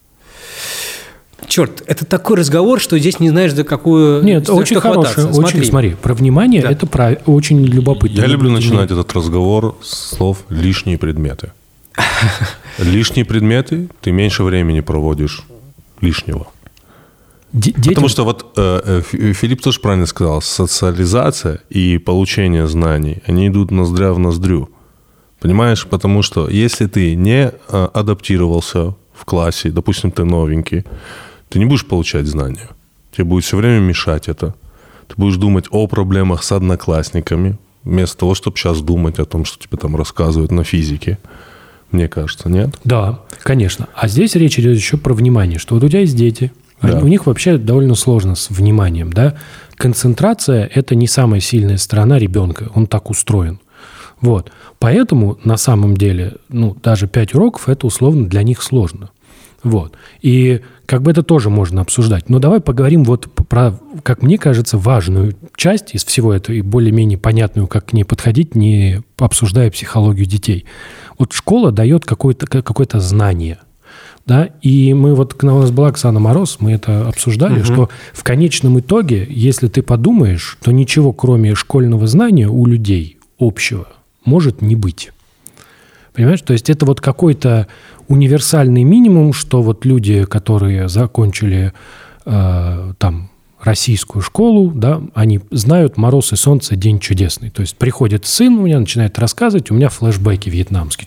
Черт, это такой разговор, что здесь не знаешь, за какую... Нет, за очень хороший. Очень, смотри. смотри, про внимание да. это про, очень любопытно. Я люблю начинать этот разговор с слов «лишние предметы». Лишние предметы, ты меньше времени проводишь лишнего. Детям... Потому что вот э, Филипп тоже правильно сказал, социализация и получение знаний, они идут ноздря в ноздрю. Понимаешь? Потому что если ты не э, адаптировался в классе, допустим, ты новенький, ты не будешь получать знания. Тебе будет все время мешать это. Ты будешь думать о проблемах с одноклассниками, вместо того, чтобы сейчас думать о том, что тебе там рассказывают на физике. Мне кажется, нет? Да, конечно. А здесь речь идет еще про внимание, что вот у тебя есть дети, да. они, у них вообще довольно сложно с вниманием, да? Концентрация – это не самая сильная сторона ребенка, он так устроен. Вот. Поэтому, на самом деле, ну, даже пять уроков – это условно для них сложно. Вот. И как бы это тоже можно обсуждать. Но давай поговорим вот про, как мне кажется, важную часть из всего этого и более-менее понятную, как к ней подходить, не обсуждая психологию детей. Вот школа дает какое-то, какое-то знание. Да? И мы вот, когда у нас была Оксана Мороз, мы это обсуждали, угу. что в конечном итоге, если ты подумаешь, то ничего, кроме школьного знания у людей общего, может не быть. Понимаешь? То есть это вот какой-то универсальный минимум, что вот люди, которые закончили э, там российскую школу, да, они знают «Мороз и солнце, день чудесный». То есть приходит сын, у меня начинает рассказывать, у меня флешбеки вьетнамские.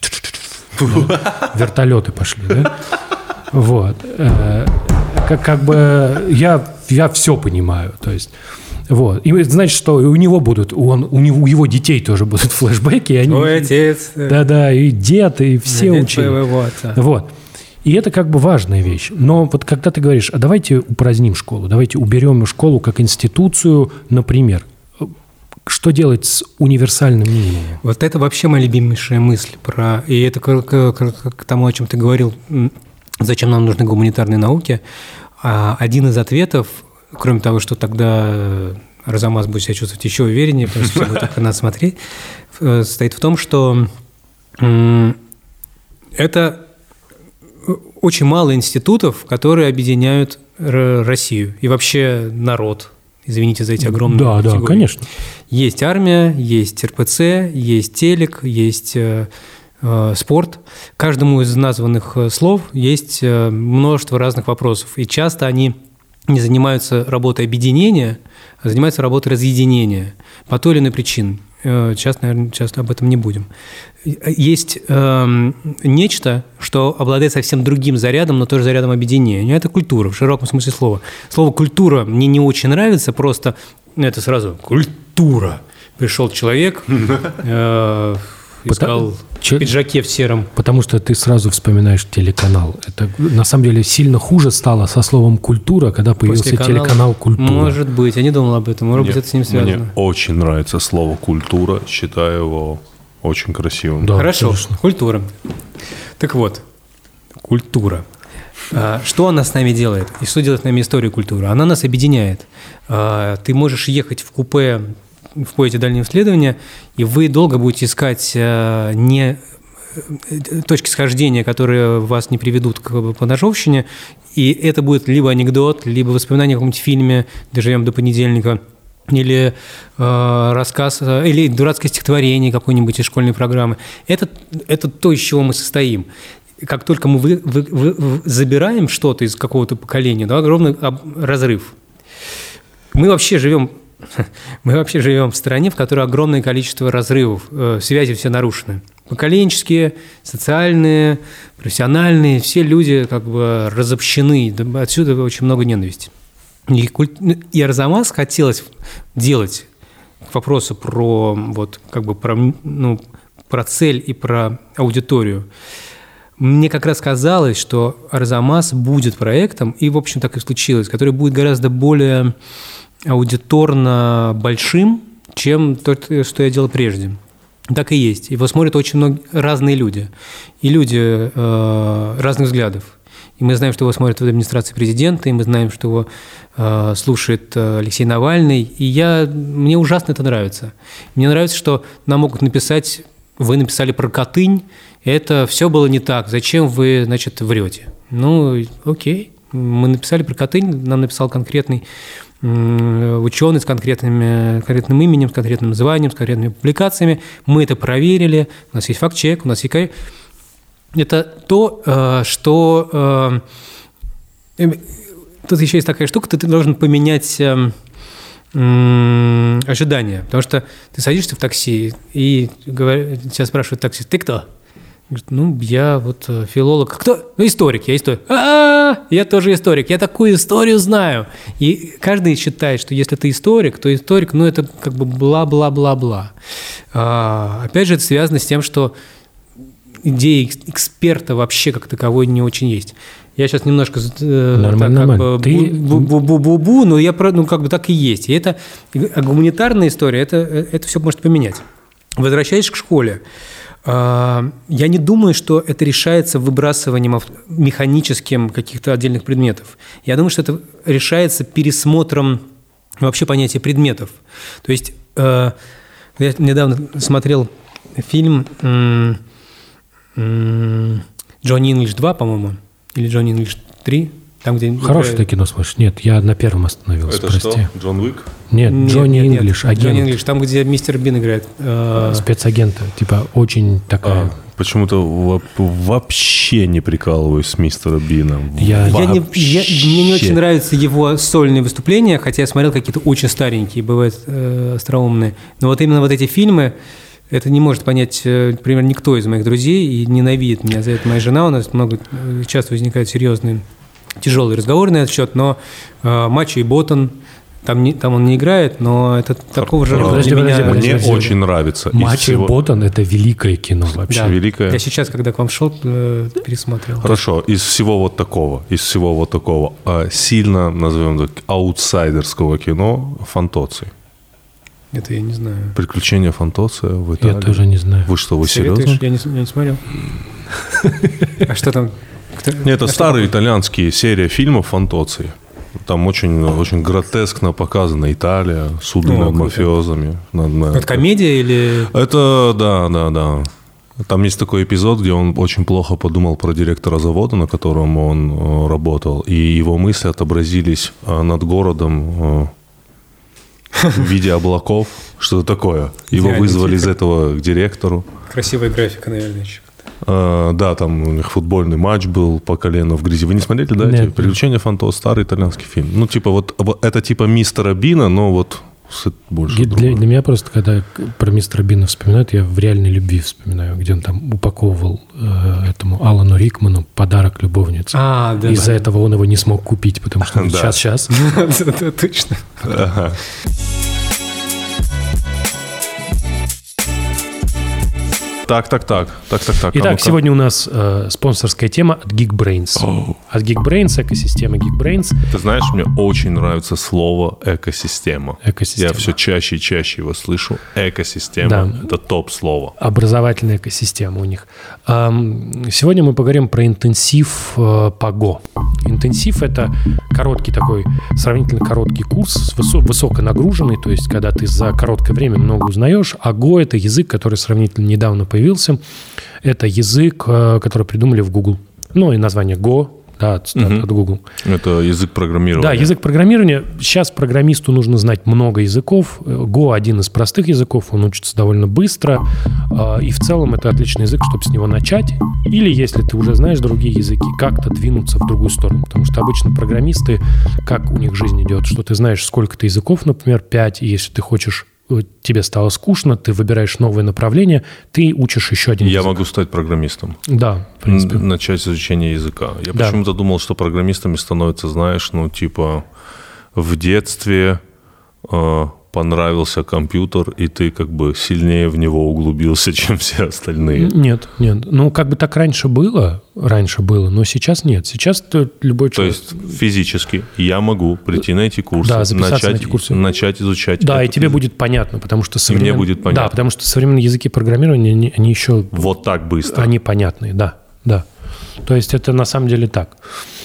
Вертолеты пошли, да? Вот. Как, как бы я, я все понимаю. То есть... Вот. И значит, что у него будут, он, у него, у его детей тоже будут флешбеки. И они, Ой, отец. Да-да, и дед, и все учили. Вот. И это как бы важная вещь. Но вот когда ты говоришь, а давайте упраздним школу, давайте уберем школу как институцию, например, что делать с универсальным минимумом? Вот это вообще моя любимейшая мысль. Про... И это к, к, к, к тому, о чем ты говорил, зачем нам нужны гуманитарные науки. Один из ответов, кроме того, что тогда Арзамас будет себя чувствовать еще увереннее, потому что все будут только нас смотреть, состоит в том, что это очень мало институтов, которые объединяют Россию и вообще народ. Извините за эти огромные да, категории. Да, конечно. Есть армия, есть эр пэ цэ, есть телек, есть э, э, спорт. Каждому из названных слов есть э, множество разных вопросов. И часто они не занимаются работой объединения, а занимаются работой разъединения по той или иной причине. Сейчас, наверное, сейчас об этом не будем. Есть э, нечто, что обладает совсем другим зарядом, но тоже зарядом объединения. Это культура, в широком смысле слова. Слово «культура» мне не очень нравится, просто это сразу «культура». Пришел человек, э, искал в пиджаке в сером. Потому что ты сразу вспоминаешь телеканал. Это на самом деле сильно хуже стало со словом «культура», когда появился После телеканал канала, «Культура». Может быть, я не думал об этом. Может мне, быть, это с ним связано. Мне очень нравится слово «культура». Считаю его очень красивым. Да, Хорошо, конечно. Культура. Так вот, культура. Что она с нами делает? И что делает с нами история культуры? Она нас объединяет. Ты можешь ехать в купе в поезде дальнего исследования, и вы долго будете искать не точки схождения, которые вас не приведут к поножовщине, и это будет либо анекдот, либо воспоминание о каком-нибудь фильме «Доживем до понедельника», или э, рассказ, или дурацкое стихотворение какое-нибудь из школьной программы. Это, это то, из чего мы состоим. Как только мы вы, вы, вы, забираем что-то из какого-то поколения, да, огромный разрыв. Мы вообще живем Мы вообще живем в стране, в которой огромное количество разрывов, э, связи все нарушены. Поколенческие, социальные, профессиональные, все люди как бы разобщены, отсюда очень много ненависти. И, и Арзамас хотелось делать к вопросу про, вот, как бы про, ну, про цель и про аудиторию. Мне как раз казалось, что Арзамас будет проектом, и, в общем, так и случилось, который будет гораздо более аудиторно большим, чем то, что я делал прежде. Так и есть. Его смотрят очень много, разные люди. И люди э, разных взглядов. И мы знаем, что его смотрят в администрации президента, и мы знаем, что его э, слушает Алексей Навальный. И я, мне ужасно это нравится. Мне нравится, что нам могут написать, вы написали про Катынь, это все было не так, зачем вы, значит, врете? Ну, окей. Мы написали про Катынь, нам написал конкретный ученый с конкретным, конкретным именем, с конкретным званием, с конкретными публикациями. Мы это проверили, у нас есть факт-чек, у нас есть... Это то, что... Тут еще есть такая штука, ты должен поменять ожидания, потому что ты садишься в такси, и тебя спрашивают таксист: ты кто? Говорит: ну, я вот филолог. Кто? Ну, историк, я историк. А-а-а, я тоже историк, я такую историю знаю. И каждый считает, что если ты историк, то историк, ну, это как бы бла-бла-бла-бла. А, опять же, это связано с тем, что идеи эксперта вообще как таковой не очень есть. Я сейчас немножко нормально, так, как бы, бу-бу-бу-бу, но я, ну, как бы так и есть. И это а гуманитарная история, это, это все может поменять. Возвращаясь к школе, я не думаю, что это решается выбрасыванием механическим каких-то отдельных предметов. Я думаю, что это решается пересмотром вообще понятия предметов. То есть я недавно смотрел фильм «Джонни Инглиш два», по-моему, или «Джонни Инглиш три». Там, где Хорошее ты кино смотришь? Нет, я на первом остановился, это прости. Что? Джон Уик? Нет, нет Джонни нет, Инглиш, агент. Джонни Инглиш, там, где мистер Бин играет. Спецагента, типа очень такая... А, почему-то вообще не прикалываюсь с мистером Бином. Я, я не, я, мне не очень нравятся его сольные выступления, хотя я смотрел какие-то очень старенькие, бывают э, остроумные. Но вот именно вот эти фильмы, это не может понять, например, никто из моих друзей, и ненавидит меня за это моя жена. У нас много, часто возникают серьезные, тяжелый разговор на этот счет, но э, Мачо и Боттон, там, не, там он не играет, но это такого же рода для меня. Мне очень нравится. Мачо и Боттон – это великое кино вообще. Да. Великое. Я сейчас, когда к вам шел, э, пересмотрел. Хорошо, из всего вот такого, из всего вот такого э, сильно, назовем так, аутсайдерского кино «Фантоцци». Это я не знаю. «Приключения Фантоцци» в Италии. Я тоже не знаю. Вы что, вы серьезно? Я не, я не смотрел. А что там? Это старые итальянские серии фильмов «Фантоцци». Там очень, очень гротескно показана Италия, суды над мафиозами. Это комедия или... Это, да, да, да. Там есть такой эпизод, где он очень плохо подумал про директора завода, на котором он работал, и его мысли отобразились над городом в виде облаков. Что-то такое. Его вызвали из этого к директору. Красивая графика, наверное, еще. Uh, да, там у них футбольный матч был по колено в грязи. Вы не смотрели, да? Нет. «Приключения Фантоцци», старый итальянский фильм. Ну, типа, вот это типа мистера Бина, но вот сыт больше для, другой. Для меня просто, когда про мистера Бина вспоминают, я в «Реальной любви» вспоминаю, где он там упаковывал э, этому Алану Рикману подарок любовнице. А, да. Из-за да. этого он его не смог купить, потому что сейчас, сейчас. Это точно. Так, так, так, так, так, так. Итак, сегодня у нас э, спонсорская тема от Geekbrains. Oh. От Geekbrains, экосистема Geekbrains. Ты знаешь, мне очень нравится слово «экосистема». Экосистема. Я все чаще и чаще его слышу. Экосистема да. – это топ-слово. Образовательная экосистема у них. Эм, сегодня мы поговорим про интенсив э, по Go. Интенсив – это короткий такой, сравнительно короткий курс, высо- высоконагруженный, то есть когда ты за короткое время много узнаешь, а Go – это язык, который сравнительно недавно появился. Это язык, который придумали в Google. Ну, и название Go, да, от, угу. от Google. Это язык программирования. Да, язык программирования. Сейчас программисту нужно знать много языков. Go – один из простых языков, он учится довольно быстро. И в целом это отличный язык, чтобы с него начать. Или, если ты уже знаешь другие языки, как-то двинуться в другую сторону. Потому что обычно программисты, как у них жизнь идет, что ты знаешь сколько-то языков, например, пять, и если ты хочешь тебе стало скучно, ты выбираешь новое направление, ты учишь еще один Я язык. могу стать программистом. Да, в принципе. Начать с изучения языка. Я да. почему-то думал, что программистами становятся, знаешь, ну, типа, в детстве э, понравился компьютер, и ты как бы сильнее в него углубился, чем все остальные. Нет, нет. Ну, как бы так раньше было, раньше было, но сейчас нет. Сейчас ты, любой человек... То есть физически я могу прийти на эти курсы, да, записаться начать, на эти курсы. начать изучать. Да, это. и тебе будет понятно, потому что современ... мне будет понятно. Да, потому что современные языки программирования, они, они еще... Вот так быстро. Они понятные, да, да. То есть это на самом деле так.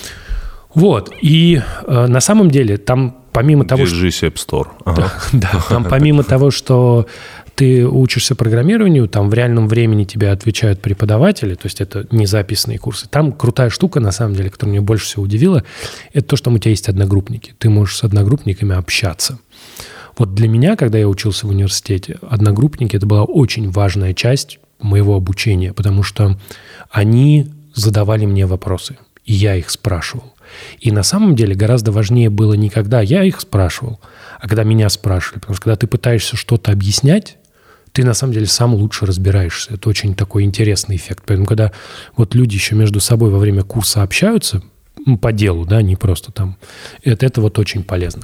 Вот, и э, на самом деле там помимо того, Держись, что... App Store. Ага. Да, да, там помимо того, что ты учишься программированию, там в реальном времени тебе отвечают преподаватели, то есть это не записанные курсы. Там крутая штука, на самом деле, которая меня больше всего удивила, это то, что у тебя есть одногруппники. Ты можешь с одногруппниками общаться. Вот для меня, когда я учился в университете, одногруппники – это была очень важная часть моего обучения, потому что они задавали мне вопросы, и я их спрашивал. И на самом деле гораздо важнее было не когда я их спрашивал, а когда меня спрашивали. Потому что когда ты пытаешься что-то объяснять, ты на самом деле сам лучше разбираешься. Это очень такой интересный эффект. Поэтому когда вот люди еще между собой во время курса общаются, ну, по делу, да, не просто там, это, это вот очень полезно.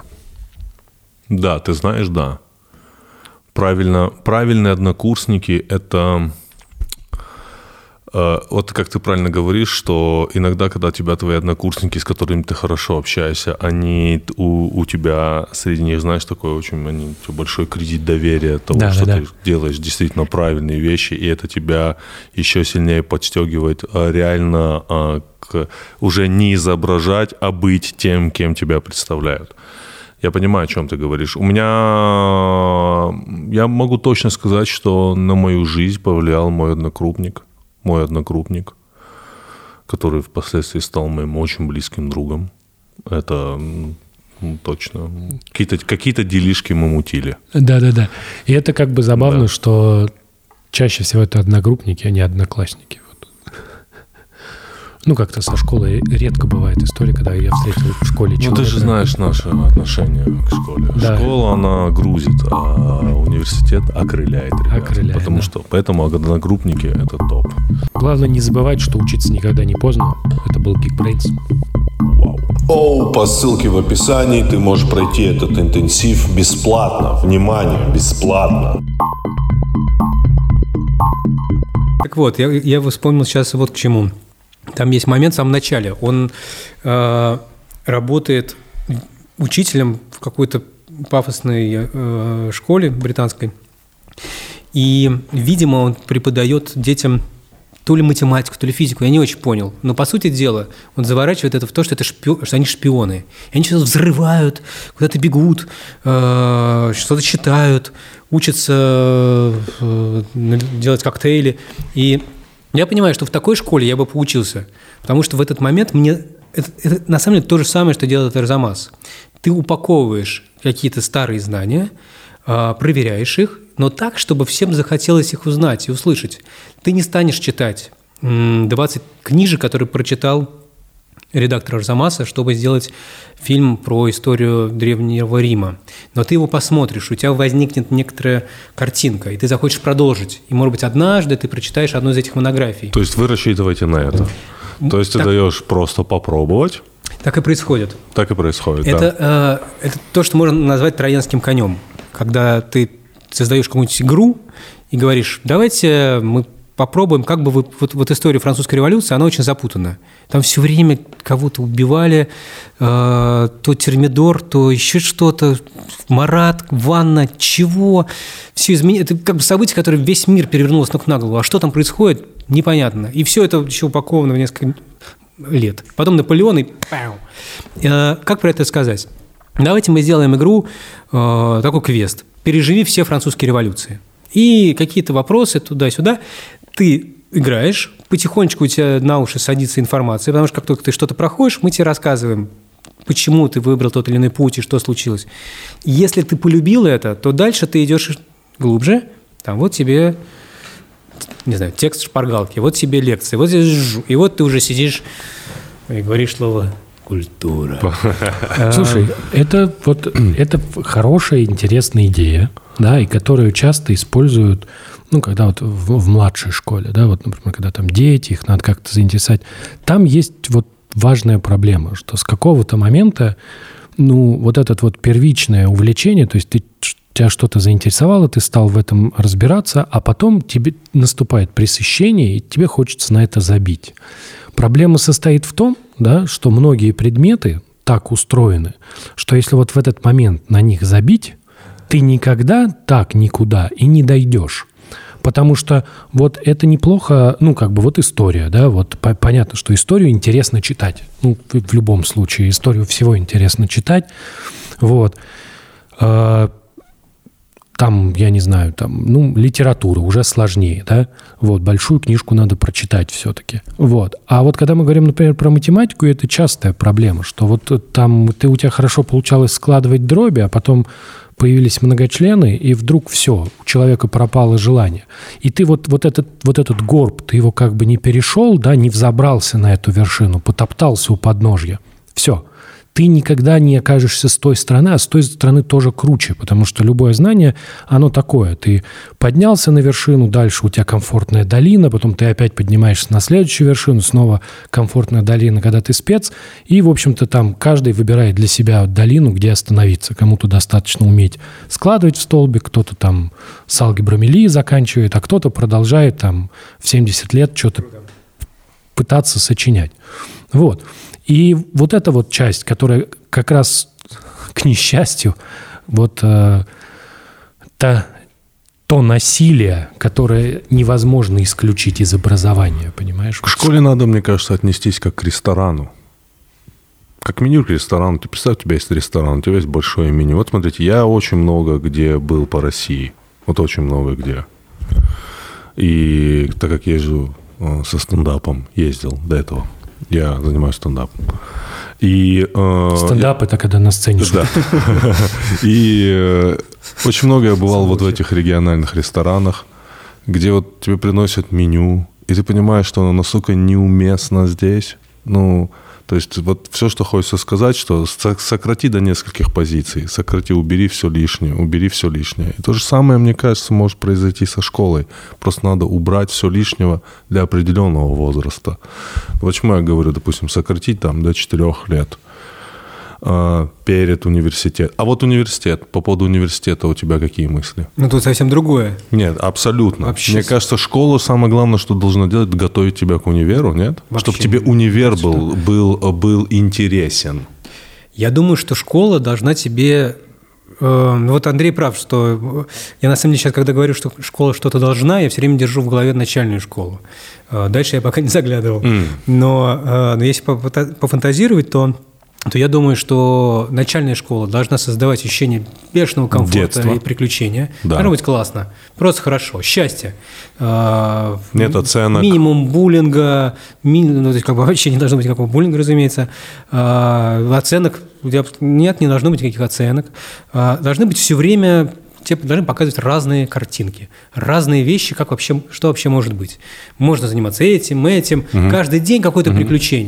Да, ты знаешь, да. Правильно, правильные однокурсники – это... Вот как ты правильно говоришь, что иногда, когда тебя твои однокурсники, с которыми ты хорошо общаешься, они у, у тебя среди них, знаешь, такой очень они, большой кредит доверия того, да, что да, ты да. делаешь действительно правильные вещи, и это тебя еще сильнее подстегивает реально а, к, уже не изображать, а быть тем, кем тебя представляют. Я понимаю, о чем ты говоришь. У меня... Я могу точно сказать, что на мою жизнь повлиял мой однокрупник. Мой однокрупник, который впоследствии стал моим очень близким другом. Это ну, точно. Какие-то, какие-то делишки мы мутили. Да-да-да. И это как бы забавно, да. что чаще всего это одногруппники, а не одноклассники. Ну, как-то со школы редко бывает история, когда я встретил в школе человека. Ну, ты же знаешь наше отношение к школе. Да. Школа, она грузит, а университет окрыляет ребят. Окрыляет, потому да. что, поэтому одногруппники – это топ. Главное не забывать, что учиться никогда не поздно. Это был Geekbrains. Вау. Оу, по ссылке в описании ты можешь пройти этот интенсив бесплатно. Внимание, бесплатно. Так вот, я, я вспомнил сейчас вот к чему. Там есть момент в самом начале. Он э, работает учителем в какой-то пафосной э, школе британской. И, видимо, он преподает детям то ли математику, то ли физику. Я не очень понял. Но, по сути дела, он заворачивает это в то, что, это шпи... что они шпионы. И они что-то взрывают, куда-то бегут, э, что-то читают, учатся э, делать коктейли. И я понимаю, что в такой школе я бы поучился, потому что в этот момент мне... Это, это на самом деле то же самое, что делает Арзамас. Ты упаковываешь какие-то старые знания, проверяешь их, но так, чтобы всем захотелось их узнать и услышать. Ты не станешь читать двадцать книжек, которые прочитал редактор Арзамаса, чтобы сделать фильм про историю Древнего Рима. Но ты его посмотришь, у тебя возникнет некоторая картинка, и ты захочешь продолжить. И, может быть, однажды ты прочитаешь одну из этих монографий. То есть вы рассчитываете на это? То есть ты так, даешь просто попробовать? Так и происходит. Так и происходит, это, да. Э, это то, что можно назвать троянским конем. Когда ты создаешь какую-нибудь игру и говоришь, давайте мы попробуем, как бы вы, вот, вот история французской революции, она очень запутана. Там все время кого-то убивали, э, то Термидор, то еще что-то, Марат, Ванна, чего. Все изменилось. Это как бы событие, которое весь мир перевернуло с ног на голову. А что там происходит, непонятно. И все это еще упаковано в несколько лет. Потом Наполеон и пау. Э, как про это сказать? Давайте мы сделаем игру, э, такой квест. Переживи все французские революции. И какие-то вопросы туда-сюда. Ты играешь, потихонечку у тебя на уши садится информация, потому что как только ты что-то проходишь, мы тебе рассказываем, почему ты выбрал тот или иной путь и что случилось. Если ты полюбил это, то дальше ты идешь глубже. Там вот тебе, не знаю, текст шпаргалки, вот тебе лекции, вот здесь, и вот ты уже сидишь и говоришь слово «культура». Слушай, это вот это хорошая, интересная идея, да, и которую часто используют, ну, когда вот в, в младшей школе, да, вот, например, когда там дети, их надо как-то заинтересовать. Там есть вот важная проблема, что с какого-то момента, ну, вот это вот первичное увлечение, то есть ты, тебя что-то заинтересовало, ты стал в этом разбираться, а потом тебе наступает пресыщение, и тебе хочется на это забить. Проблема состоит в том, да, что многие предметы так устроены, что если вот в этот момент на них забить, ты никогда так никуда и не дойдешь. Потому что вот это неплохо, ну, как бы вот история, да, вот по- понятно, что историю интересно читать. Ну, в, в любом случае, историю всего интересно читать. Вот. А, там, я не знаю, там, ну, литература уже сложнее, да. Вот, большую книжку надо прочитать все-таки. Вот. А вот когда мы говорим, например, про математику, это частая проблема, что вот там ты, у тебя хорошо получалось складывать дроби, а потом появились многочлены, и вдруг все, у человека пропало желание. И ты вот, вот, этот, вот этот горб, ты его как бы не перешел, да, не взобрался на эту вершину, потоптался у подножья. Все. Ты никогда не окажешься с той стороны, а с той стороны тоже круче, потому что любое знание, оно такое. Ты поднялся на вершину, дальше у тебя комфортная долина, потом ты опять поднимаешься на следующую вершину, снова комфортная долина, когда ты спец, и, в общем-то, там каждый выбирает для себя долину, где остановиться. Кому-то достаточно уметь складывать в столбик, кто-то там с алгеброй Мели заканчивает, а кто-то продолжает там в семьдесят лет что-то пытаться сочинять. Вот. И вот эта вот часть, которая как раз, к несчастью, вот э, та, то насилие, которое невозможно исключить из образования, понимаешь? К школе надо, мне кажется, отнестись как к ресторану. Как меню к ресторану. Ты представь, у тебя есть ресторан, у тебя есть большое меню. Вот смотрите, я очень много где был по России. Вот очень много где. И так как езжу со стендапом, ездил до этого. Я занимаюсь стендапом. И, э, Стендап – это когда на сцене. Да. И э, очень много я бывал вот в этих региональных ресторанах, где вот тебе приносят меню, и ты понимаешь, что оно настолько неуместно здесь. Ну, то есть вот все, что хочется сказать, что сократи до нескольких позиций, сократи, убери все лишнее, убери все лишнее. И то же самое, мне кажется, может произойти со школой. Просто надо убрать все лишнего для определенного возраста. Почему я говорю, допустим, сократить там до четырех лет э, перед университетом. А вот университет, по поводу университета у тебя какие мысли? Ну, тут совсем другое. Нет, абсолютно. Вообще. Мне кажется, школа самое главное, что должна делать, готовить тебя к универу, нет? Вообще. Чтобы тебе универ был, был, был интересен. Я думаю, что школа должна тебе... Э, вот Андрей прав, что я на самом деле сейчас, когда говорю, что школа что-то должна, я все время держу в голове начальную школу. Э, дальше я пока не заглядывал. Mm. Но, э, но если пофантазировать, то... то я думаю, что начальная школа должна создавать ощущение бешеного комфорта Детство. И приключения. Да. Должно быть классно. Просто хорошо. Счастье. Нет оценок. Минимум буллинга. Ми... Ну, то есть, как бы вообще не должно быть никакого буллинга, разумеется. Оценок. Нет, не должно быть никаких оценок. Должны быть все время... Тебе должны показывать разные картинки, разные вещи, как вообще, что вообще может быть. Можно заниматься этим, этим. Угу. Каждый день какое-то угу. приключение.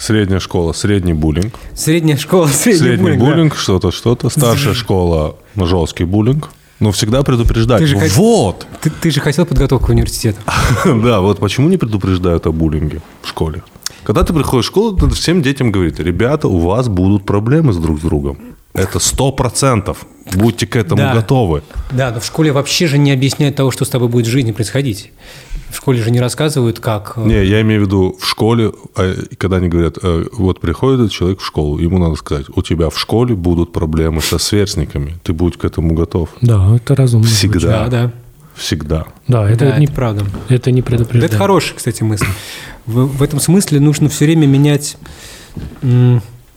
Средняя школа, средний буллинг. Средняя школа, средний, средний буллинг. буллинг, да. что-то, что-то. Старшая школа, жесткий буллинг. Но всегда предупреждать. Ты же Вот! Ты, ты же хотел подготовку к университету. Да, вот почему не предупреждают о буллинге в школе? Когда ты приходишь в школу, ты всем детям говорит: ребята, у вас будут проблемы с друг с другом. Это сто процентов. Будьте к этому да. готовы. Да, но в школе вообще же не объясняют того, что с тобой будет в жизни происходить. В школе же не рассказывают, как... Не, я имею в виду в школе, когда они говорят, вот приходит человек в школу, ему надо сказать: у тебя в школе будут проблемы со сверстниками. Ты будь к этому готов. Да, это разумно. Всегда. Да, да. Всегда. Да, это, да, не, это правда. Это не предупреждает. Это хорошая, кстати, мысль. В, в этом смысле нужно все время менять... М-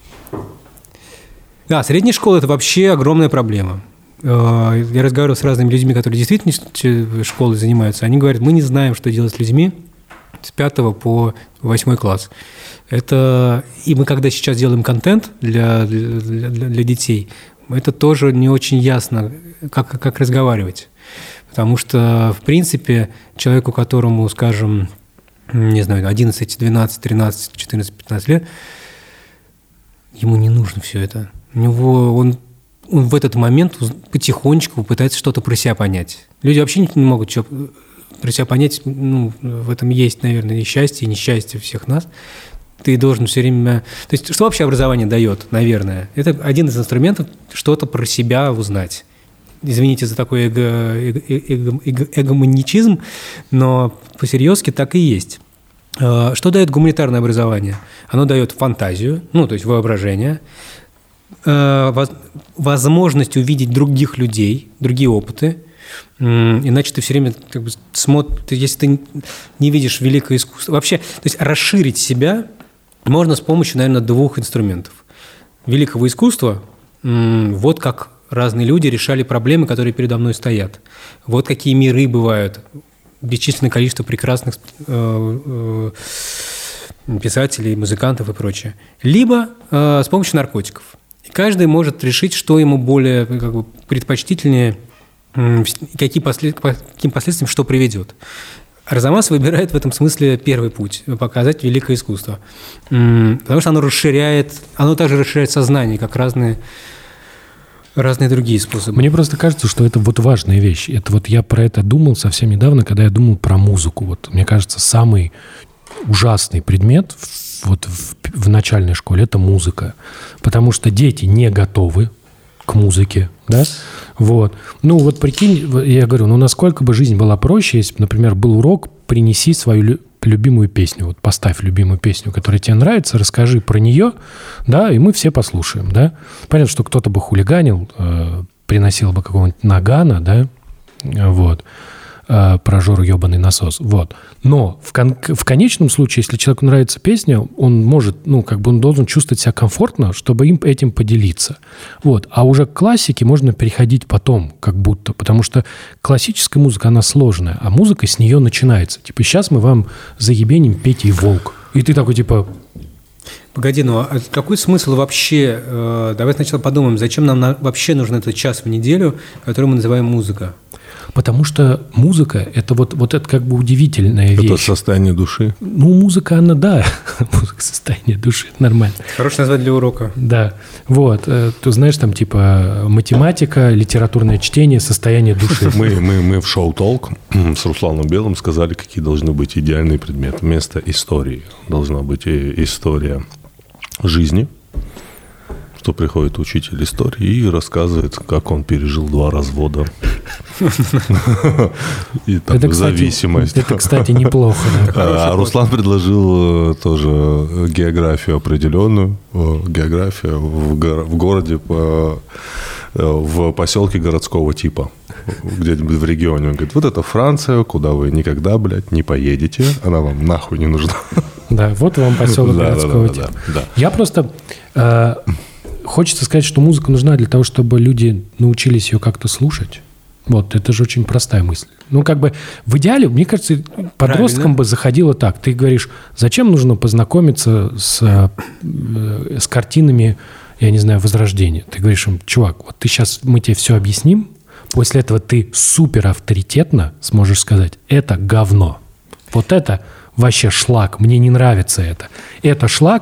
да, средняя школа – это вообще огромная проблема. Я разговаривал с разными людьми, которые действительно школой занимаются. Они говорят: мы не знаем, что делать с людьми с пятого по восьмой класс. Это... И мы, когда сейчас делаем контент для, для, для детей, это тоже не очень ясно, как, как разговаривать. Потому что, в принципе, человеку, которому, скажем, не знаю, одиннадцать, двенадцать, тринадцать, четырнадцать, пятнадцать лет, ему не нужно все это. У него он... Он в этот момент потихонечку пытается что-то про себя понять. Люди вообще не могут что про себя понять. Ну, в этом есть, наверное, и счастье, и несчастье всех нас. Ты должен все время... То есть, что вообще образование дает, наверное? Это один из инструментов что-то про себя узнать. Извините за такой эго, эго, эго, эго, эгоманичизм, но по-серьезки так и есть. Что дает гуманитарное образование? Оно дает фантазию, ну, то есть воображение, возможность увидеть других людей, другие опыты. Иначе ты все время как бы смотришь, если ты не видишь великое искусство. Вообще, то есть расширить себя можно с помощью, наверное, двух инструментов. Великого искусства, вот как разные люди решали проблемы, которые передо мной стоят. Вот какие миры бывают. Бесчисленное количество прекрасных писателей, музыкантов и прочее. Либо с помощью наркотиков. Каждый может решить, что ему более как бы, предпочтительнее, какие послед... каким последствиям что приведет. Арзамас выбирает в этом смысле первый путь – показать великое искусство. Потому что оно расширяет, оно также расширяет сознание, как разные, разные другие способы. Мне просто кажется, что это вот важная вещь. Это вот я про это думал совсем недавно, когда я думал про музыку. Вот, мне кажется, самый ужасный предмет вот в, в начальной школе – это музыка. Потому что дети не готовы к музыке, да? Вот. Ну, вот прикинь, я говорю, ну, насколько бы жизнь была проще, если бы, например, был урок «Принеси свою любимую песню». Вот поставь любимую песню, которая тебе нравится, расскажи про нее, да, и мы все послушаем, да? Понятно, что кто-то бы хулиганил, э, приносил бы какого-нибудь Нагана, да, вот, про Жору ебаный насос. Вот. Но в, кон- в конечном случае, если человеку нравится песня, он может, ну, как бы он должен чувствовать себя комфортно, чтобы им этим поделиться. Вот. А уже к классике можно переходить потом, как будто, потому что классическая музыка, она сложная, а музыка с нее начинается. Типа, сейчас мы вам заебеним Петя и Волк. И ты такой, типа... Погоди, ну а какой смысл вообще... Э, давай сначала подумаем, зачем нам на, вообще нужен этот час в неделю, который мы называем музыка? Потому что музыка – это вот, вот это как бы удивительная вещь. Это состояние души? Ну, музыка, она, да. Музыка – состояние души, нормально. Хорошее название для урока. Да. Вот. Ты знаешь, там типа математика, литературное чтение, состояние души. Мы, мы, мы в шоу «Толк» с Русланом Белым сказали, какие должны быть идеальные предметы. Вместо истории должна быть история жизни, что приходит учитель истории и рассказывает, как он пережил два развода. И там это, кстати, зависимость. Это, кстати, неплохо. Да. А Руслан предложил тоже географию определенную. География в, го- в городе, по, в поселке городского типа. Где-нибудь в регионе. Он говорит, вот это Франция, куда вы никогда, блядь, не поедете. Она вам нахуй не нужна. Да, вот вам поселок Да, городского да, да, типа. да, да. Я просто... Э, хочется сказать, что музыка нужна для того, чтобы люди научились ее как-то слушать. Вот, это же очень простая мысль. Ну, как бы в идеале, мне кажется, подросткам Правильно. бы заходило так. Ты говоришь, зачем нужно познакомиться с, э, с картинами, я не знаю, Возрождения? Ты говоришь им, чувак, вот ты сейчас, мы тебе все объясним, после этого ты супер авторитетно сможешь сказать, это говно. Вот это вообще шлак, мне не нравится это. Это шлак,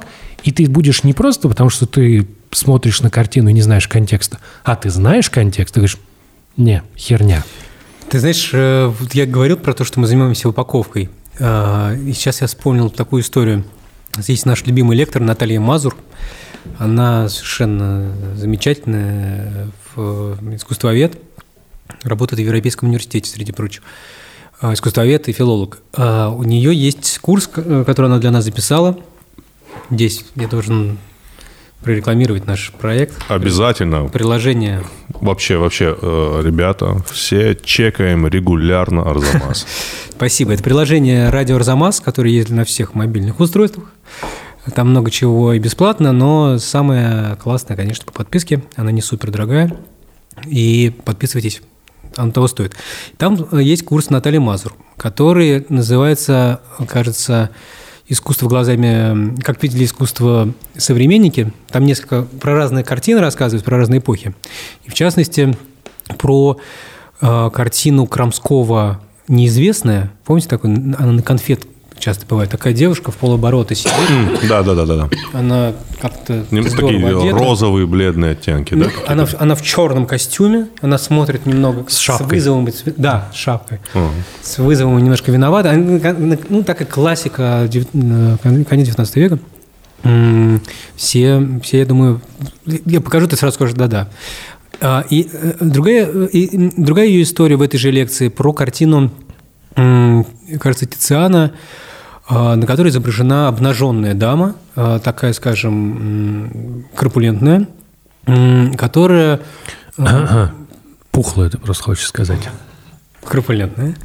И ты будешь не просто потому, что ты смотришь на картину и не знаешь контекста, а ты знаешь контекст, и говоришь, не, херня. Ты знаешь, вот я говорил про то, что мы занимаемся упаковкой. И сейчас я вспомнил такую историю. Здесь наш любимый лектор Наталья Мазур. Она совершенно замечательная искусствовед. Работает в Европейском университете, среди прочего. Искусствовед и филолог. У нее есть курс, который она для нас записала. Здесь я должен прорекламировать наш проект. Обязательно. Приложение. Вообще, вообще, ребята, все чекаем регулярно Арзамас. Спасибо. Это приложение «Радио Арзамас», которое есть на всех мобильных устройствах. Там много чего и бесплатно, но самое классное, конечно, по подписке. Она не супер дорогая. И подписывайтесь, оно того стоит. Там есть курс Натальи Мазур, который называется, кажется, «Искусство глазами», как видели искусство современники. Там несколько про разные картины рассказывают, про разные эпохи. И в частности, про э, картину Крамского «Неизвестная». Помните, такой, она на конфет часто бывает. Такая девушка в полоборота сидит. Да, да, да, да. Она как-то такие одета. Розовые бледные оттенки, да? Она, она в черном костюме, она смотрит немного с шапкой. С вызовом, да, с шапкой. Uh-huh. С вызовом немножко виновата. Ну, такая классика конец девятнадцатого века. Все, все, я думаю, я покажу, ты сразу скажешь да-да. И другая, и другая ее история в этой же лекции про картину, кажется, Тициана, на которой изображена обнаженная дама, такая, скажем, корпулентная, которая... Ага. Пухлая, ты просто хочешь сказать. Корпулентная.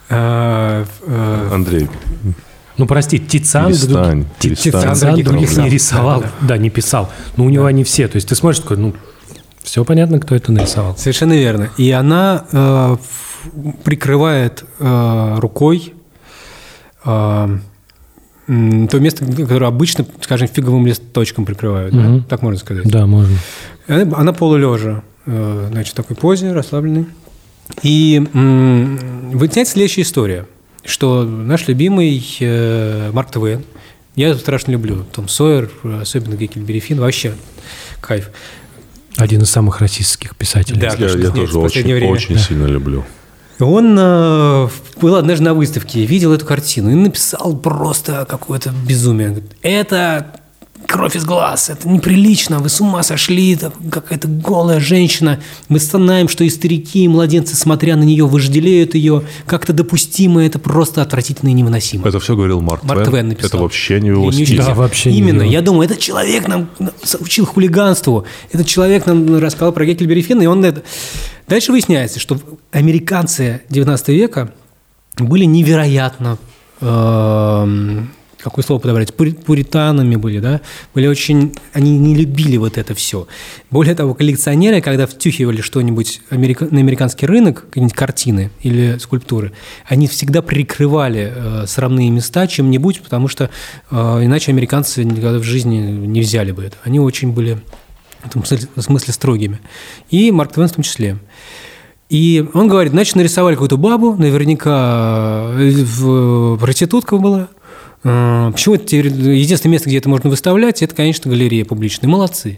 Андрей, ну, прости, Тициан... Перестань, перестань. Тициан других не рисовал, да, да. да, не писал. Но у него да. они все. То есть ты смотришь, такой, ну, все понятно, кто это нарисовал. Совершенно верно. И она э, прикрывает э, рукой э, то место, которое обычно, скажем, фиговым листочком прикрывают. Угу. Да? Так можно сказать. Да, можно. Она, она полулежа, э, значит, в такой позе, расслабленной. И э, выясняется следующая история, что наш любимый э, Марк Твен, я его страшно люблю, Том Сойер, особенно Геккельбери Финн, вообще кайф. Один из самых российских писателей. Да, я, я тоже очень, очень да. сильно люблю. Он э, был однажды на выставке, видел эту картину и написал просто какое-то безумие. Говорит, это кровь из глаз, это неприлично, вы с ума сошли, это какая-то голая женщина. Мы знаем, что и старики, и младенцы, смотря на нее, вожделеют ее. Как-то допустимо, это просто отвратительно и невыносимо. Это все говорил Марк, Марк Твен. Написал. Это вообще не его стиль. Да, вообще Именно. Не я думаю, этот человек нам учил хулиганству. Этот человек нам рассказал про Геккельбери Финна, и он это... Дальше выясняется, что американцы девятнадцатого века были невероятно... Э- какое слово подобрать, пуританами были, да, были очень, они не любили вот это все. Более того, коллекционеры, когда втюхивали что-нибудь америка, на американский рынок, какие-нибудь картины или скульптуры, они всегда прикрывали э, срамные места чем-нибудь, потому что э, иначе американцы никогда в жизни не взяли бы это. Они очень были в этом смысле, в смысле строгими. И Марк Твен в том числе. И он говорит, значит, нарисовали какую-то бабу, наверняка в проститутка была. Почему это единственное место, где это можно выставлять, это, конечно, галерея публичная. Молодцы.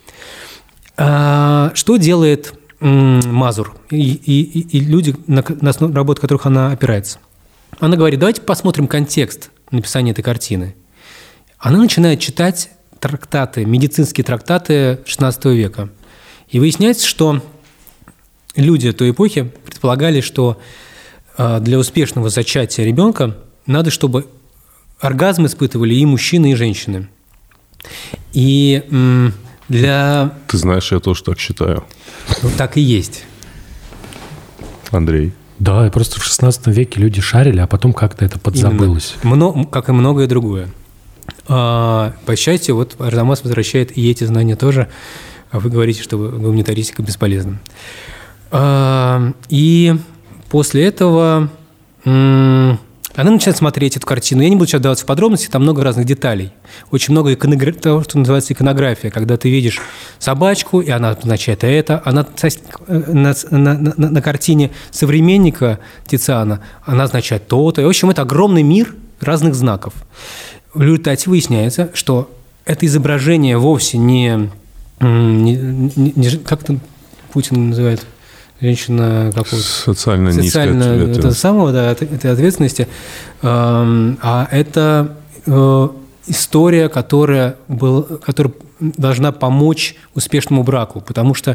А что делает Мазур и, и, и люди, на, на работу которых она опирается? Она говорит, давайте посмотрим контекст написания этой картины. Она начинает читать трактаты, медицинские трактаты шестнадцатого века. И выясняется, что люди той эпохи предполагали, что для успешного зачатия ребенка надо, чтобы оргазм испытывали и мужчины, и женщины. И для... Ты знаешь, я тоже так считаю. Ну, так и есть. Андрей. Да, просто в шестнадцатом веке люди шарили, а потом как-то это подзабылось. Именно. Как и многое другое. А, по счастью, вот Арзамас возвращает и эти знания тоже. А вы говорите, что гуманитаристика бесполезна. А, и после этого... Она начинает смотреть эту картину. Я не буду сейчас даваться в подробности, там много разных деталей. Очень много иконографии, того, что называется иконография, когда ты видишь собачку, и она означает это. Она на, на, на, на картине современника Тициана, она означает то-то. И, в общем, это огромный мир разных знаков. В результате выясняется, что это изображение вовсе не, не, не, не как там Путин называет, женщина какого-то... Социально, социально низкой ответственности. Это самого, да, этой ответственности. А это история, которая, был, которая должна помочь успешному браку, потому что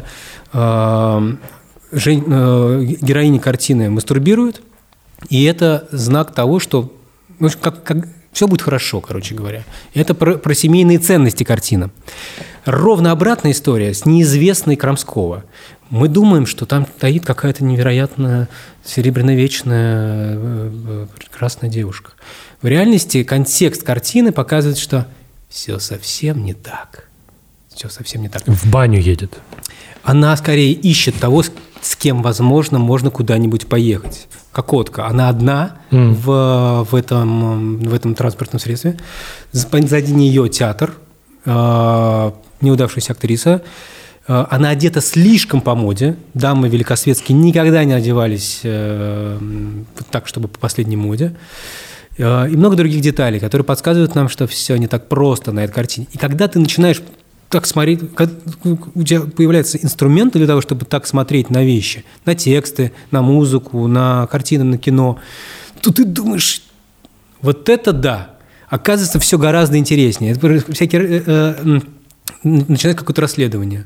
героиня картины мастурбирует, и это знак того, что ну, как, как, все будет хорошо, короче говоря. Это про, про семейные ценности картина. Ровно обратная история с неизвестной Крамского. Мы думаем, что там стоит какая-то невероятная серебряно-вечная прекрасная девушка. В реальности контекст картины показывает, что все совсем не так. Все совсем не так. В баню едет. Она скорее ищет того, с кем, возможно, можно куда-нибудь поехать. Кокотка. Она одна mm. в, в, этом, в этом транспортном средстве. Сзади нее театр, неудавшаяся актриса. Она одета слишком по моде. Дамы великосветские никогда не одевались так, чтобы по последней моде. И много других деталей, которые подсказывают нам, что все не так просто на этой картине. И когда ты начинаешь так смотреть, когда у тебя появляются инструменты для того, чтобы так смотреть на вещи, на тексты, на музыку, на картины, на кино, то ты думаешь, вот это да. Оказывается, все гораздо интереснее. Это всякие, э, э, начинает какое-то расследование.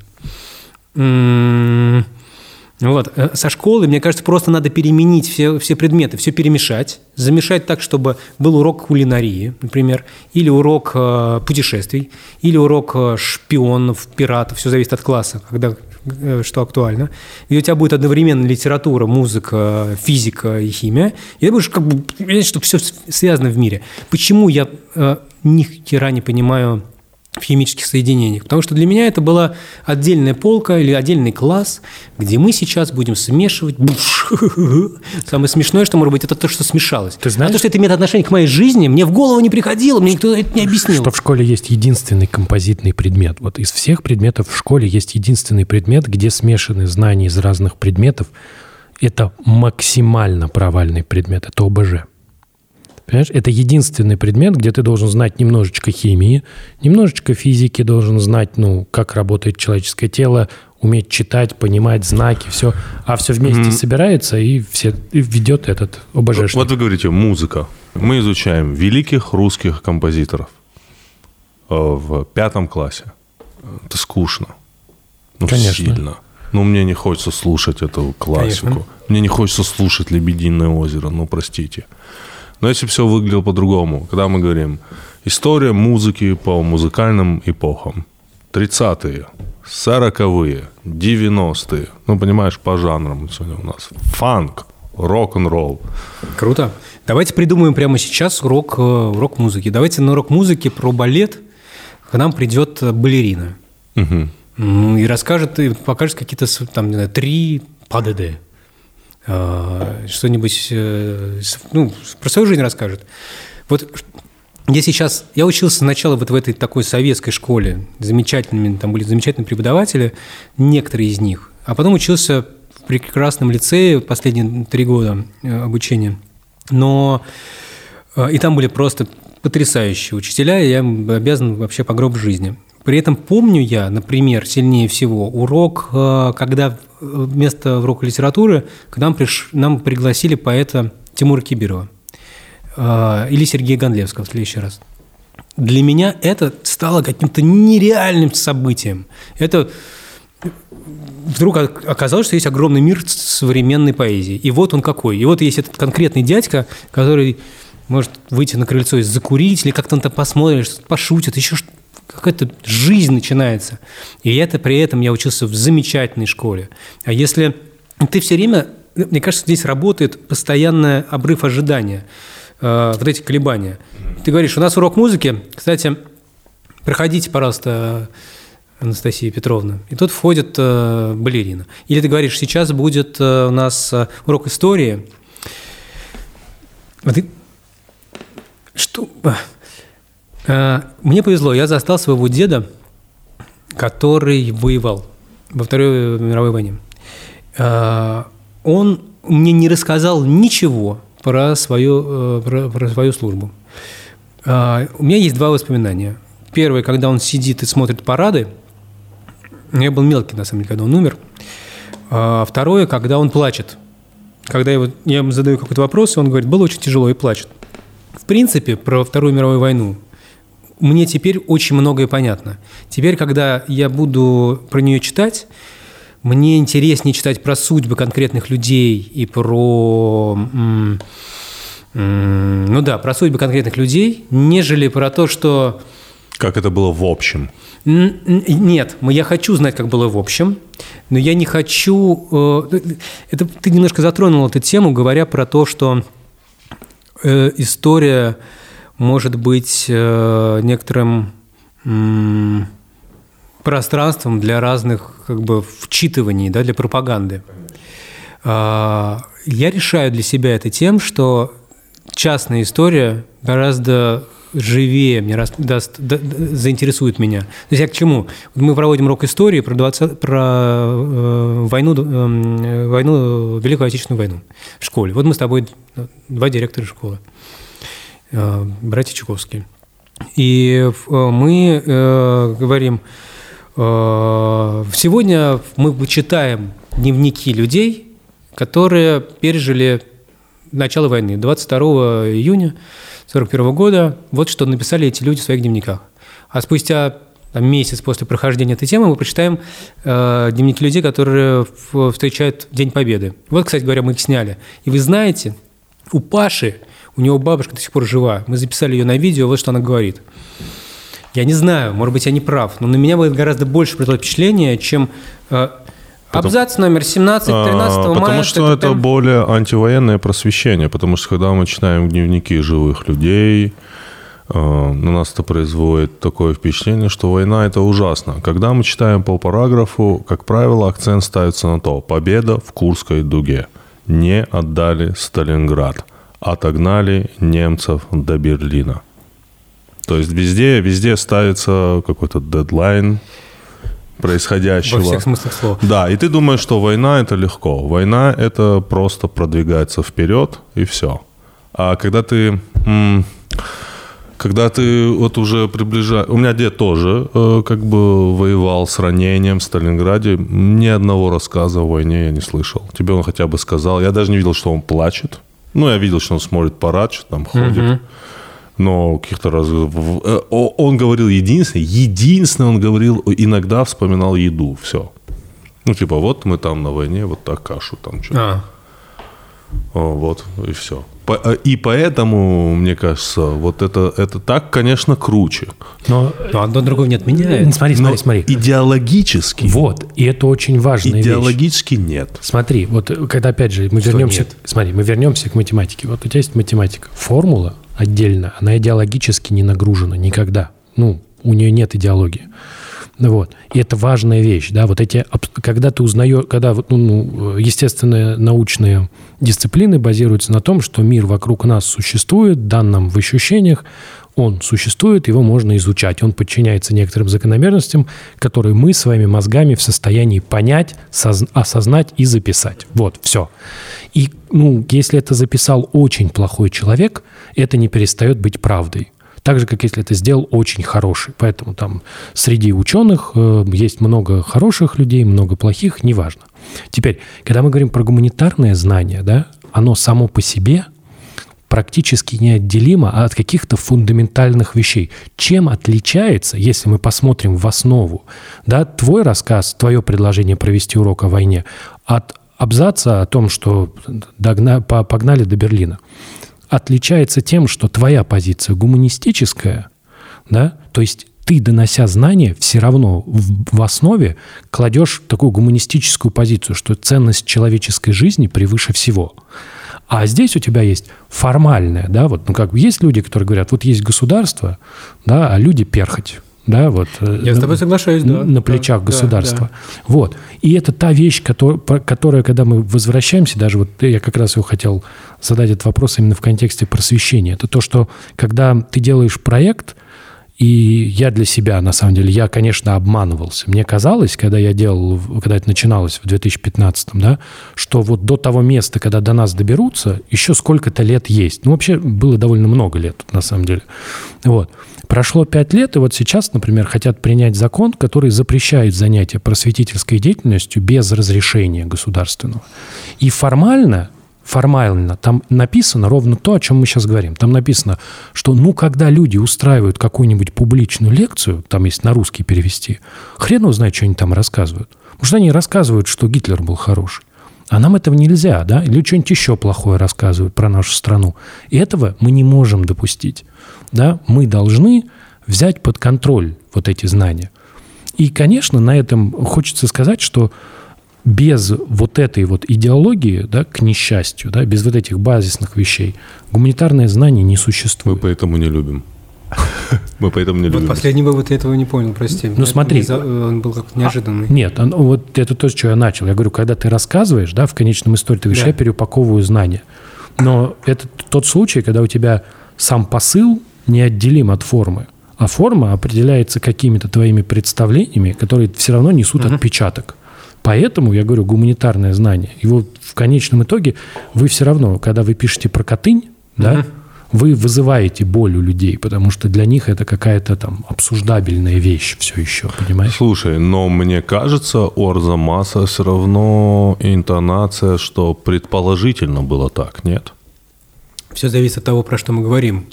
М-м- Вот. Со школы, мне кажется, просто надо переменить все, все предметы, все перемешать, замешать так, чтобы был урок кулинарии, например, или урок э, путешествий, или урок э, шпионов, пиратов, все зависит от класса, когда э, что актуально. И у тебя будет одновременно литература, музыка, физика и химия, и ты будешь как бы видеть, что все связано в мире. Почему я э, ни хера не понимаю в химических соединениях? Потому что для меня это была отдельная полка или отдельный класс, где мы сейчас будем смешивать. Самое смешное, что может быть, это то, что смешалось. Ты знаешь, а то, что это имеет отношение к моей жизни, мне в голову не приходило, мне никто это не объяснил. Что в школе есть единственный композитный предмет. Вот из всех предметов в школе есть единственный предмет, где смешаны знания из разных предметов. Это максимально провальный предмет. Это ОБЖ. Понимаешь? Это единственный предмет, где ты должен знать немножечко химии, немножечко физики, должен знать, ну, как работает человеческое тело, уметь читать, понимать знаки, все. А все вместе mm-hmm. собирается и, все, и ведет этот ОБЖшник. Вот вы говорите, музыка. Мы изучаем великих русских композиторов в пятом классе. Это скучно. Ну, Конечно. Сильно. Ну, мне не хочется слушать эту классику. Конечно. Мне не хочется слушать «Лебединое озеро», ну, простите. Но если все выглядело по-другому, когда мы говорим история музыки по музыкальным эпохам, тридцатые, сороковые, девяностые, ну, понимаешь, по жанрам сегодня у нас фанк, рок-н-ролл. Круто. Давайте придумаем прямо сейчас урок, урок музыки. Давайте на урок музыки про балет к нам придет балерина. Угу. И расскажет, и покажет какие-то там, не знаю, три ПДД. Что-нибудь, ну, про свою жизнь расскажет. Вот я сейчас, я учился сначала вот в этой такой советской школе, замечательными, там были замечательные преподаватели, некоторые из них, а потом учился в прекрасном лицее последние три года обучения, но и там были просто потрясающие учителя, и я обязан вообще по гроб жизни. При этом помню я, например, сильнее всего урок, когда вместо урока литературы к нам, приш... нам пригласили поэта Тимура Кибирова или Сергея Гондлевского в следующий раз. Для меня это стало каким-то нереальным событием. Это вдруг оказалось, что есть огромный мир современной поэзии. И вот он какой. И вот есть этот конкретный дядька, который может выйти на крыльцо и закурить, или как-то он там посмотрит, что-то пошутит, еще что-то. Какая-то жизнь начинается. И это при этом я учился в замечательной школе. А если ты все время... Мне кажется, здесь работает постоянный обрыв ожидания, э, вот эти колебания. Ты говоришь, у нас урок музыки, кстати, проходите, пожалуйста, Анастасия Петровна. И тут входит э, балерина. Или ты говоришь, сейчас будет э, у нас э, урок истории. А ты... Что... Мне повезло, я застал своего деда, который воевал во Второй мировой войне. Он мне не рассказал ничего про свою, про, про свою службу. У меня есть два воспоминания. Первое, когда он сидит и смотрит парады. Я был мелкий, на самом деле, когда он умер. А второе, когда он плачет. Когда я, я ему задаю какой-то вопрос, и он говорит, было очень тяжело, и плачет. В принципе, про Вторую мировую войну мне теперь очень многое понятно. Теперь, когда я буду про нее читать, мне интереснее читать про судьбы конкретных людей и про... М- м- ну да, про судьбы конкретных людей, нежели про то, что... Как это было в общем? Нет, я хочу знать, как было в общем, но я не хочу... Это, ты немножко затронул эту тему, говоря про то, что история может быть некоторым пространством для разных как бы вчитываний, да, для пропаганды. Я решаю для себя это тем, что частная история гораздо живее мне раз, даст, да, заинтересует меня. То есть я к чему? Мы проводим урок истории про, двадцать, про э, войну, э, войну, Великую Отечественную войну в школе. Вот мы с тобой два директора школы, э, братья Чуковские. И э, мы э, говорим, э, сегодня мы читаем дневники людей, которые пережили начало войны, двадцать второго июня сорок первого года, вот что написали эти люди в своих дневниках. А спустя там, месяц после прохождения этой темы мы прочитаем э, дневники людей, которые встречают День Победы. Вот, кстати говоря, мы их сняли. И вы знаете, у Паши, у него бабушка до сих пор жива. Мы записали ее на видео, вот что она говорит. Я не знаю, может быть, я не прав, но на меня будет гораздо больше произвело впечатление, чем... Э, Потому, Абзац номер семнадцать, тринадцатого мая. Потому что это, это более антивоенное просвещение, потому что когда мы читаем дневники живых людей, э, на нас это производит такое впечатление, что война – это ужасно. Когда мы читаем по параграфу, как правило, акцент ставится на то: победа в Курской дуге, не отдали Сталинград, отогнали немцев до Берлина. То есть везде, везде ставится какой-то дедлайн происходящего. Во всех смыслах слова. Да, и ты думаешь, что война – это легко. Война – это просто продвигается вперед, и все. А когда ты... М- когда ты вот уже приближаешь... У меня дед тоже э, как бы воевал с ранением в Сталинграде. Ни одного рассказа о войне я не слышал. Тебе он хотя бы сказал. Я даже не видел, что он плачет. Ну, я видел, что он смотрит парад, что там ходит. Mm-hmm. Но каких-то раз... Он говорил единственное, единственное он говорил, иногда вспоминал еду, все. Ну, типа, вот мы там на войне, вот так кашу там что-то. А. Вот, и все. И поэтому, мне кажется, вот это, это так, конечно, круче. Но, Но одно другое не отменяет. Смотри, смотри, смотри. Идеологически... Вот, и это очень важная вещь. Идеологически нет. Смотри, вот когда, опять же, мы Что вернемся... Нет? Смотри, мы вернемся к математике. Вот у тебя есть математика. Формула отдельно, она идеологически не нагружена никогда. Ну, у нее нет идеологии. Вот. И это важная вещь, да, вот эти, когда ты узнаешь, когда, ну, естественные научные дисциплины базируются на том, что мир вокруг нас существует, дан нам в ощущениях, он существует, его можно изучать, он подчиняется некоторым закономерностям, которые мы своими мозгами в состоянии понять, соз- осознать и записать. Вот, все. И, ну, если это записал очень плохой человек, это не перестает быть правдой. Так же, как если это сделал очень хороший. Поэтому там среди ученых э, есть много хороших людей, много плохих, неважно. Теперь, когда мы говорим про гуманитарное знание, да, оно само по себе практически неотделимо от каких-то фундаментальных вещей. Чем отличается, если мы посмотрим в основу, да, твой рассказ, твое предложение провести урок о войне от абзаца о том, что догна, погнали до Берлина, отличается тем, что твоя позиция гуманистическая, да, то есть ты, донося знания, все равно в, в основе кладешь такую гуманистическую позицию, что ценность человеческой жизни превыше всего. А здесь у тебя есть формальное, да, вот, ну, как бы есть люди, которые говорят, вот есть государство, да, а люди перхоть. Да, вот, я с тобой соглашаюсь, да. На плечах да, государства. Да, да. Вот. И это та вещь, которая, которая, когда мы возвращаемся, даже вот я как раз его хотел задать этот вопрос именно в контексте просвещения. Это то, что когда ты делаешь проект, И я для себя, на самом деле, я, конечно, обманывался. Мне казалось, когда я делал, когда это начиналось в две тысячи пятнадцатом, да, что вот до того места, когда до нас доберутся, еще сколько-то лет есть. Ну, вообще, было довольно много лет, на самом деле. Вот. Прошло пять лет, и вот сейчас, например, хотят принять закон, который запрещает занятия просветительской деятельностью без разрешения государственного. И формально... Формально там написано ровно то, о чем мы сейчас говорим. Там написано, что ну, когда люди устраивают какую-нибудь публичную лекцию, там есть на русский перевести, хрен его знает, что они там рассказывают. Потому что они рассказывают, что Гитлер был хороший. А нам этого нельзя, да? Или что-нибудь еще плохое рассказывают про нашу страну. И этого мы не можем допустить. Да? Мы должны взять под контроль вот эти знания. И, конечно, на этом хочется сказать, что без вот этой вот идеологии, да, к несчастью, да, без вот этих базисных вещей, гуманитарное знание не существует. Мы поэтому не любим. Мы поэтому не любим. Вот последний вывод я этого не понял, прости. Ну смотри. Он был как неожиданный. Нет, вот это то, с чего я начал. Я говорю, когда ты рассказываешь, да, в конечном итоге, ты говоришь, я переупаковываю знания. Но это тот случай, когда у тебя сам посыл неотделим от формы, а форма определяется какими-то твоими представлениями, которые все равно несут отпечаток. Поэтому, я говорю, гуманитарное знание. И вот в конечном итоге вы все равно, когда вы пишете про Катынь, да, uh-huh. вы вызываете боль у людей, потому что для них это какая-то там обсуждабельная вещь все еще, понимаешь? Слушай, но мне кажется, у Арзамаса все равно интонация, что предположительно было так, нет? Все зависит от того, про что мы говорим.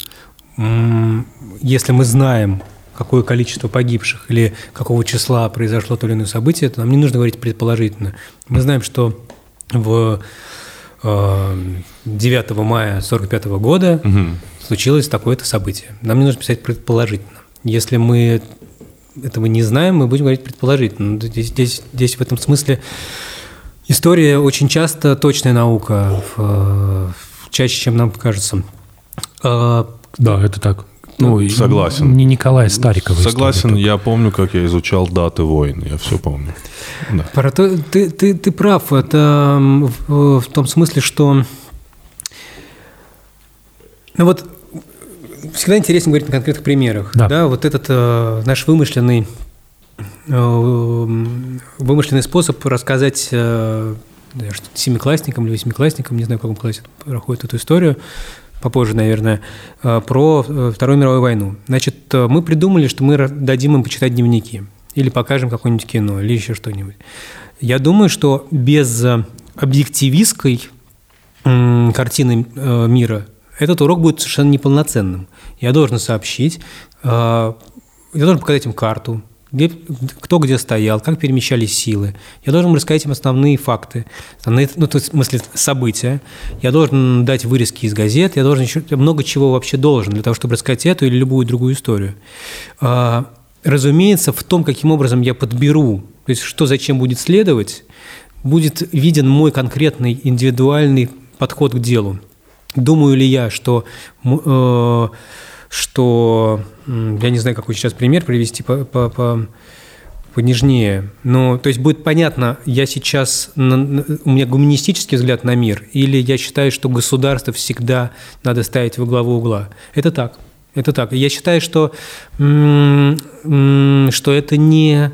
Если мы знаем, какое количество погибших или какого числа произошло то или иное событие, то нам не нужно говорить предположительно. Мы знаем, что в э, девятого мая сорок пятого года угу. случилось такое-то событие. Нам не нужно писать предположительно. Если мы этого не знаем, мы будем говорить предположительно. Здесь, здесь, здесь в этом смысле история очень часто точная наука, в, в, чаще, чем нам кажется. Да, это так. Ну, согласен. Не Николая Старикова. Согласен, я помню, как я изучал даты войн, я все помню. Да. Про то, ты, ты, ты прав, это в, в том смысле, что ну вот всегда интересно говорить на конкретных примерах. Да. Да, вот этот э, наш вымышленный, э, вымышленный способ рассказать э, семиклассникам или восьмиклассникам, не знаю, в каком классе проходит эту историю, попозже, наверное, про Вторую мировую войну. Значит, мы придумали, что мы дадим им почитать дневники или покажем какое-нибудь кино, или еще что-нибудь. Я думаю, что без объективистской картины мира этот урок будет совершенно неполноценным. Я должен сообщить, я должен показать им карту, где, кто где стоял, как перемещались силы. Я должен рассказать им основные факты, основные, ну, то есть, в смысле, события. Я должен дать вырезки из газет, я должен еще много чего вообще должен для того, чтобы рассказать эту или любую другую историю. Разумеется, в том, каким образом я подберу, то есть что зачем будет следовать, будет виден мой конкретный индивидуальный подход к делу. Думаю ли я, что... что, я не знаю, какой сейчас пример привести по, по, по, понежнее, но, то есть будет понятно, я сейчас, у меня гуманистический взгляд на мир, или я считаю, что государство всегда надо ставить во главу угла. Это так, это так. Я считаю, что, что это не...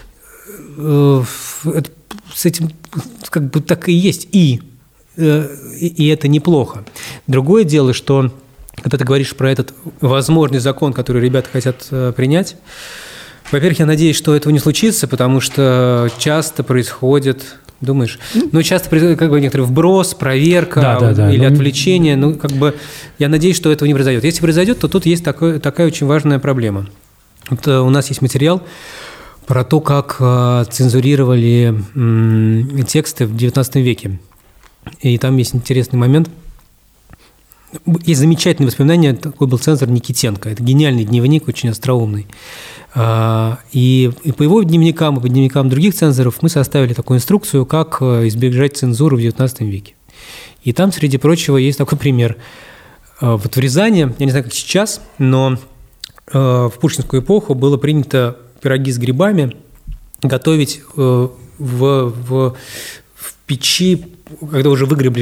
Это, с этим как бы так и есть, и, и это неплохо. Другое дело, что... Когда ты говоришь про этот возможный закон, который ребята хотят э, принять, во-первых, я надеюсь, что этого не случится, потому что часто происходит, думаешь, ну, часто происходит как бы некоторый вброс, проверка да, да, да. или ну, отвлечение. Ну, как бы я надеюсь, что этого не произойдет. Если произойдет, то тут есть такой, такая очень важная проблема. Вот, э, у нас есть материал про то, как э, цензурировали э, тексты в девятнадцатом веке. И там есть интересный момент. Есть замечательные воспоминания, такой был цензор Никитенко. Это гениальный дневник, очень остроумный. И, и по его дневникам, и по дневникам других цензоров мы составили такую инструкцию, как избежать цензуры в девятнадцатом веке. И там, среди прочего, есть такой пример. Вот в Рязани, я не знаю, как сейчас, но в пушкинскую эпоху было принято пироги с грибами готовить в, в, в печи, когда уже выгребли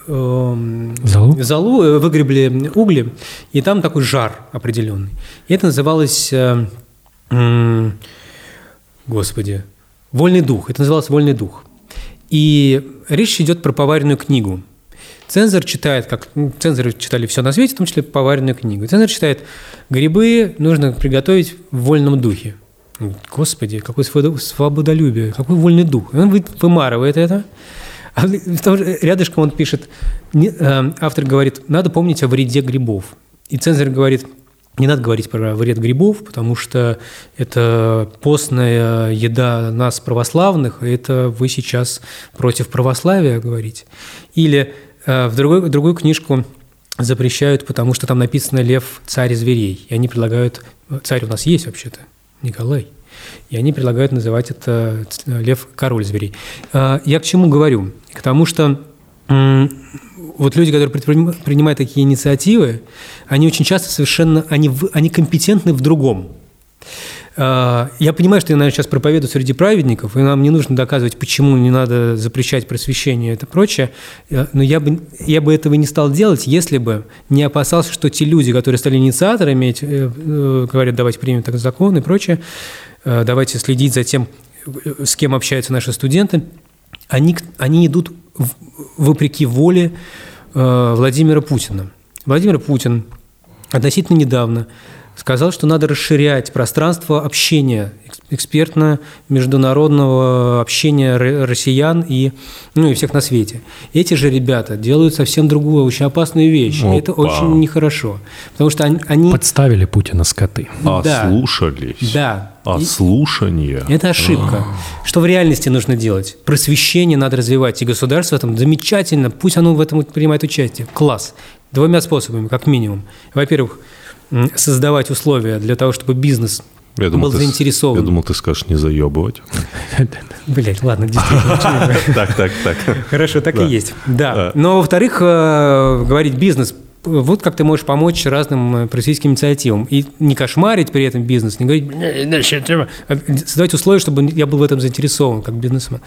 э, Золу? золу, э, выгребли угли, и там такой жар определенный. И это называлось, э, э, господи, «Вольный дух». Это называлось «Вольный дух». И речь идет про поваренную книгу. Цензор читает, как цензоры читали все на свете, в том числе поваренную книгу. Цензор читает: грибы нужно приготовить в вольном духе. Господи, какое свободолюбие, какой вольный дух. И он вымарывает это. А рядышком он пишет, автор говорит: надо помнить о вреде грибов. И цензор говорит: не надо говорить про вред грибов, потому что это постная еда нас, православных, и это вы сейчас против православия говорите. Или э, в другой, другую книжку запрещают, потому что там написано «Лев – царь зверей». И они предлагают… Царь у нас есть вообще-то, Николай. И они предлагают называть это «Лев – король зверей». Э, я к чему говорю? К тому, что… М- Вот люди, которые принимают такие инициативы, они очень часто совершенно, они, они компетентны в другом. Я понимаю, что я, наверное, сейчас проповедую среди праведников, и нам не нужно доказывать, почему не надо запрещать просвещение и это прочее, но я бы, я бы этого не стал делать, если бы не опасался, что те люди, которые стали инициаторами, говорят: давайте примем такой закон и прочее, давайте следить за тем, с кем общаются наши студенты, они, они идут вопреки воле э, Владимира Путина. Владимир Путин относительно недавно сказал, что надо расширять пространство общения, экспертно-международного общения россиян и, ну, и всех на свете. Эти же ребята делают совсем другую, очень опасную вещь. Опа. Это очень нехорошо. Потому что они… они... Подставили Путина скоты. Ослушались. Да. Ослушание. Это ошибка. Что в реальности нужно делать? Просвещение надо развивать. И государство в этом замечательно. Пусть оно в этом принимает участие. Класс. Двумя способами, как минимум. Во-первых, создавать условия для того, чтобы бизнес я думал, был ты, заинтересован. Я думал, ты скажешь не заебывать. Блять, ладно, действительно. Так, так, так. Хорошо, так и есть. Да. Но, во-вторых, говорить бизнес, вот как ты можешь помочь разным просветительским инициативам. И не кошмарить при этом бизнес, не говорить: создавать условия, чтобы я был в этом заинтересован, как бизнесмен.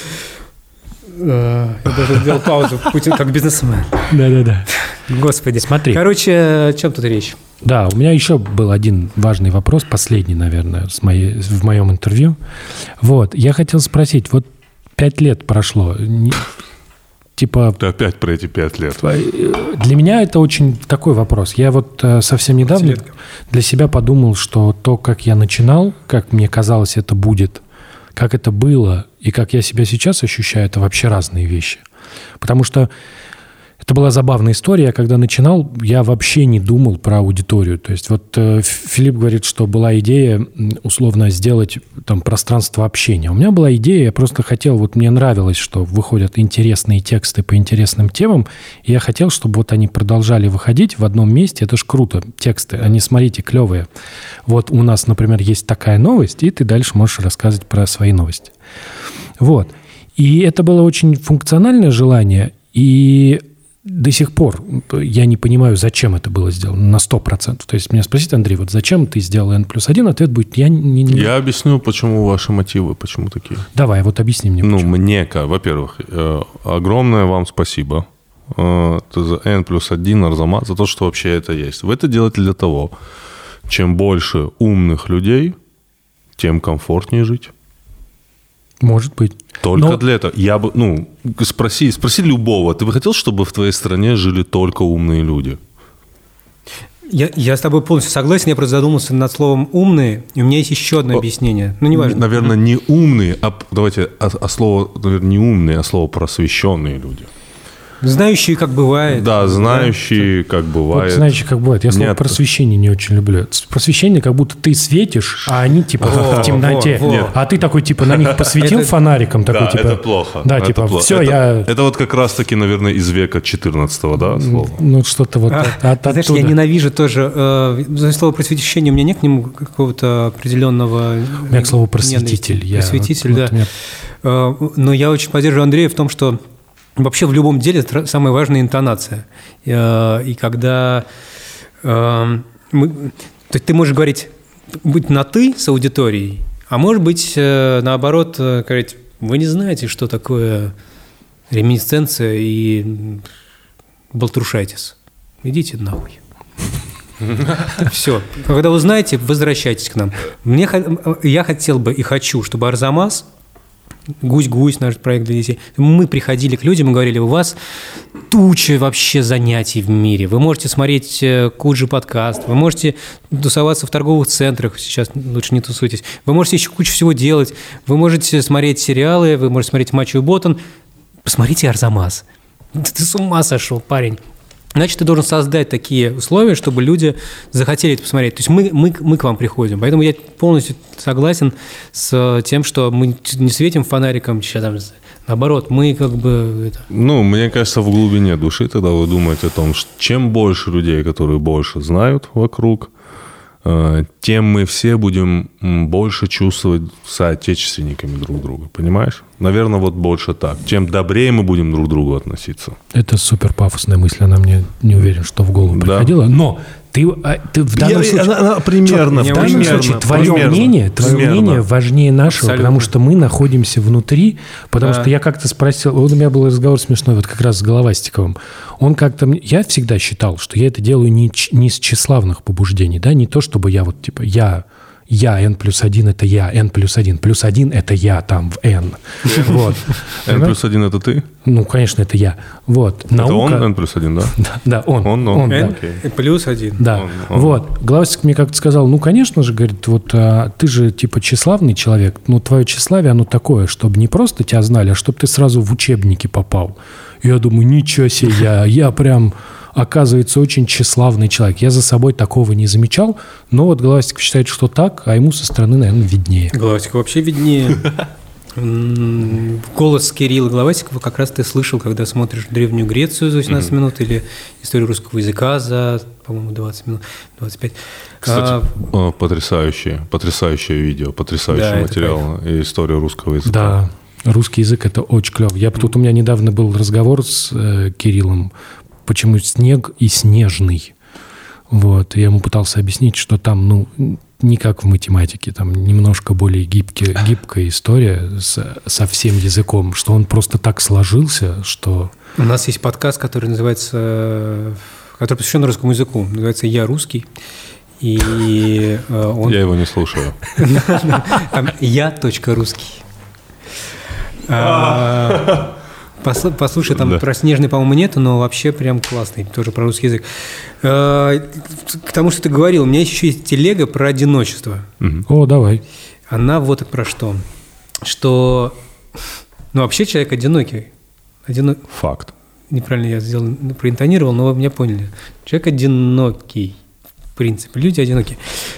Я даже сделал паузу. Путин как бизнесмен. Да-да-да. Господи. Смотри. Короче, о чем тут речь? Да, у меня еще был один важный вопрос, последний, наверное, с моей, в моем интервью. Вот, я хотел спросить, вот пять лет прошло, не, типа… Ты опять про эти пять лет. Для меня это очень такой вопрос. Я вот совсем недавно для себя подумал, что то, как я начинал, как мне казалось, это будет, как это было и как я себя сейчас ощущаю, это вообще разные вещи. Потому что это была забавная история. Когда начинал, я вообще не думал про аудиторию. То есть вот э, Филипп говорит, что была идея условно сделать там пространство общения. У меня была идея, я просто хотел, вот мне нравилось, что выходят интересные тексты по интересным темам, и я хотел, чтобы вот они продолжали выходить в одном месте. Это ж круто, тексты, они, смотрите, клевые. Вот у нас, например, есть такая новость, и ты дальше можешь рассказывать про свои новости. Вот. И это было очень функциональное желание, и до сих пор я не понимаю, зачем это было сделано на сто процентов. То есть меня спросит: Андрей, вот зачем ты сделал N плюс один? Ответ будет: я не... не... Я объясню, почему ваши мотивы, почему такие. Давай, вот объясни мне. Ну, почему. мне, во-первых, огромное вам спасибо за N плюс один, Арзамас, за то, что вообще это есть. Вы это делаете для того, чем больше умных людей, тем комфортнее жить. Может быть. Только Но... для этого. Я бы, ну, спроси, спроси любого. Ты бы хотел, чтобы в твоей стране жили только умные люди? Я, я с тобой полностью согласен. Я просто задумался над словом «умные», и у меня есть еще одно объяснение. Ну, неважно. Наверное, не умные, а давайте, а, а слово, наверное, не умные, а слово просвещенные люди. Знающие, как бывает. Да, знающие, как бывает. Вот, знающие, как бывает. Я слово Нет. просвещение не очень люблю. Просвещение, как будто ты светишь, а они типа в темноте. во, во. А ты такой типа на них посветил фонариком. Такой, Да, типа, это плохо. Да, это типа, плохо. все, это, я... Это вот как раз-таки, наверное, из века четырнадцатого, да, слово? Ну, что-то вот А, от, знаешь, оттуда. я ненавижу тоже э, за слово «просвещение». У меня нет к нему какого-то определенного… У меня к слову «просветитель». Я, Просветитель, вот, да. вот меня... Э, но я очень поддерживаю Андрея в том, что вообще в любом деле самая важная интонация. И когда мы, то есть ты можешь говорить, быть на «ты» с аудиторией, а может быть, наоборот, говорить: вы не знаете, что такое реминисценция и Балтрушайтис. Идите нахуй. Все. Когда узнаете, возвращайтесь к нам. Мне, я хотел бы и хочу, чтобы Арзамас, Гусь-Гусь, наш проект для детей, мы приходили к людям и говорили, у вас туча вообще занятий в мире. Вы можете смотреть Куджи подкаст, вы можете тусоваться в торговых центрах, сейчас лучше не тусуйтесь, вы можете еще кучу всего делать, вы можете смотреть сериалы, вы можете смотреть Мачо и Ботан. Посмотрите Арзамас. Ты с ума сошел, парень. Значит, ты должен создать такие условия, чтобы люди захотели это посмотреть. То есть мы, мы, мы к вам приходим. Поэтому я полностью согласен с тем, что мы не светим фонариком, там, наоборот, мы как бы... Это... Ну, мне кажется, в глубине души тогда вы думаете о том, что чем больше людей, которые больше знают вокруг, тем мы все будем больше чувствовать соотечественниками друг друга. Понимаешь? Наверное, вот больше так. Чем добрее мы будем друг к другу относиться. Это супер пафосная мысль. Она мне не уверен, что в голову приходила. Да. Но ты, ты в данном Я, случае... Она, она, примерно. В данном примерно, случае твое примерно, мнение, твое примерно. мнение важнее нашего, Абсолютно. Потому что мы находимся внутри. Потому а. что я как-то спросил... Вот у меня был разговор смешной вот как раз с Головастиковым. Он как-то... Я всегда считал, что я это делаю не, не с тщеславных побуждений. Да? Не то, чтобы я вот типа... Я... Я, n плюс один – это я, n плюс один. Плюс один – это я там в n. Вот. n плюс один – это ты? Ну, конечно, это я. Вот. Это Наука... он n плюс один, да? Да, да, он. Он, он. он n да. плюс один. Да. Он, он. Вот. Главастик мне как-то сказал, ну, конечно же, говорит, вот а, ты же типа тщеславный человек, но твое тщеславие, оно такое, чтобы не просто тебя знали, а чтобы ты сразу в учебники попал. Я думаю, ничего себе, я, я прям... Оказывается, очень тщеславный человек. Я за собой такого не замечал, но вот Головастиков считает, что так, а ему со стороны, наверное, виднее. Головастиков вообще виднее. Голос Кирилла Головастикова как раз ты слышал, когда смотришь «Древнюю Грецию» за восемнадцать минут или «Историю русского языка» за, по-моему, двадцать минут, двадцать пять. Кстати, а, потрясающее, потрясающее видео, потрясающий да, материал и история русского языка. Да, русский язык – это очень клево. Я, тут у меня недавно был разговор с э, Кириллом, почему снег и снежный. Вот. Я ему пытался объяснить, что там, ну, не как в математике, там немножко более гибкий, гибкая история с, со всем языком, что он просто так сложился, что... У нас есть подкаст, который называется, который посвящен русскому языку, называется «Я русский». И он... Я его не слушаю. Там «Я точка русский». Послушай, там да. про снежный, по-моему, нету, но вообще прям классный, тоже про русский язык. К тому, что ты говорил, у меня еще есть телега про одиночество. Угу. О, давай. Она вот про что. Что, ну, вообще человек одинокий. Одино... Факт. Неправильно я сделал, проинтонировал, но вы меня поняли. Человек одинокий, в принципе. Люди одинокие.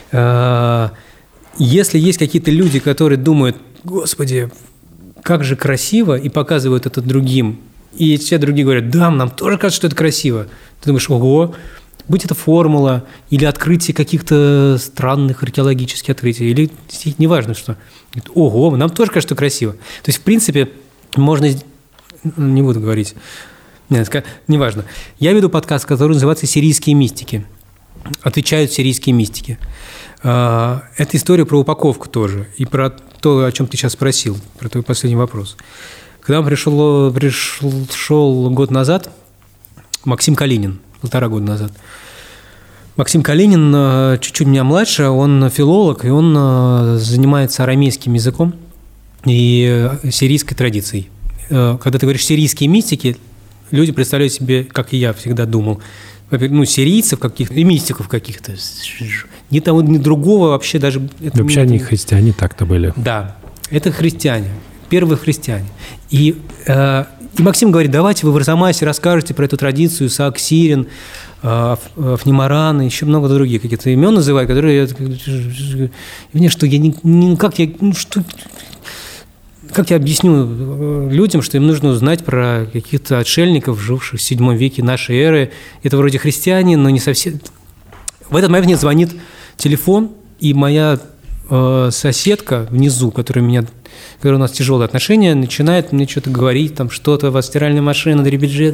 Если есть какие-то люди, которые думают, господи, как же красиво, и показывают это другим. И все другие говорят, да, нам тоже кажется, что это красиво. Ты думаешь, ого, будь это формула, или открытие каких-то странных археологических открытий, или неважно что. Ого, нам тоже кажется, что красиво. То есть, в принципе, можно... Не буду говорить. Нет, неважно. Я веду подкаст, который называется «Сирийские мистики». Отвечают сирийские мистики. Это история про упаковку тоже. И про то, о чем ты сейчас спросил, про твой последний вопрос. Когда пришел, пришел год назад Максим Калинин, полтора года назад. Максим Калинин чуть-чуть меня младше, он филолог, и он занимается арамейским языком и сирийской традицией. Когда ты говоришь «сирийские мистики», люди представляют себе, как и я всегда думал, ну, сирийцев каких-то и мистиков каких-то. Ни того, ни другого вообще даже... Это вообще они христиане так-то были. Да, это христиане, первые христиане. И, э, и Максим говорит, давайте вы в Арзамасе расскажете про эту традицию, Исаак Сирин, э, Афнимаран, еще много других каких-то имен называют, которые... Мне что, я не... не как я... Ну, что... Как я объясню людям, что им нужно узнать про каких-то отшельников, живших в седьмом веке нашей эры? Это вроде христиане, но не совсем. В этот момент мне звонит телефон, и моя э, соседка внизу, которая меня, которая у нас тяжелые отношения, начинает мне что-то говорить, там что-то, у вас стиральная машина, дребезжит,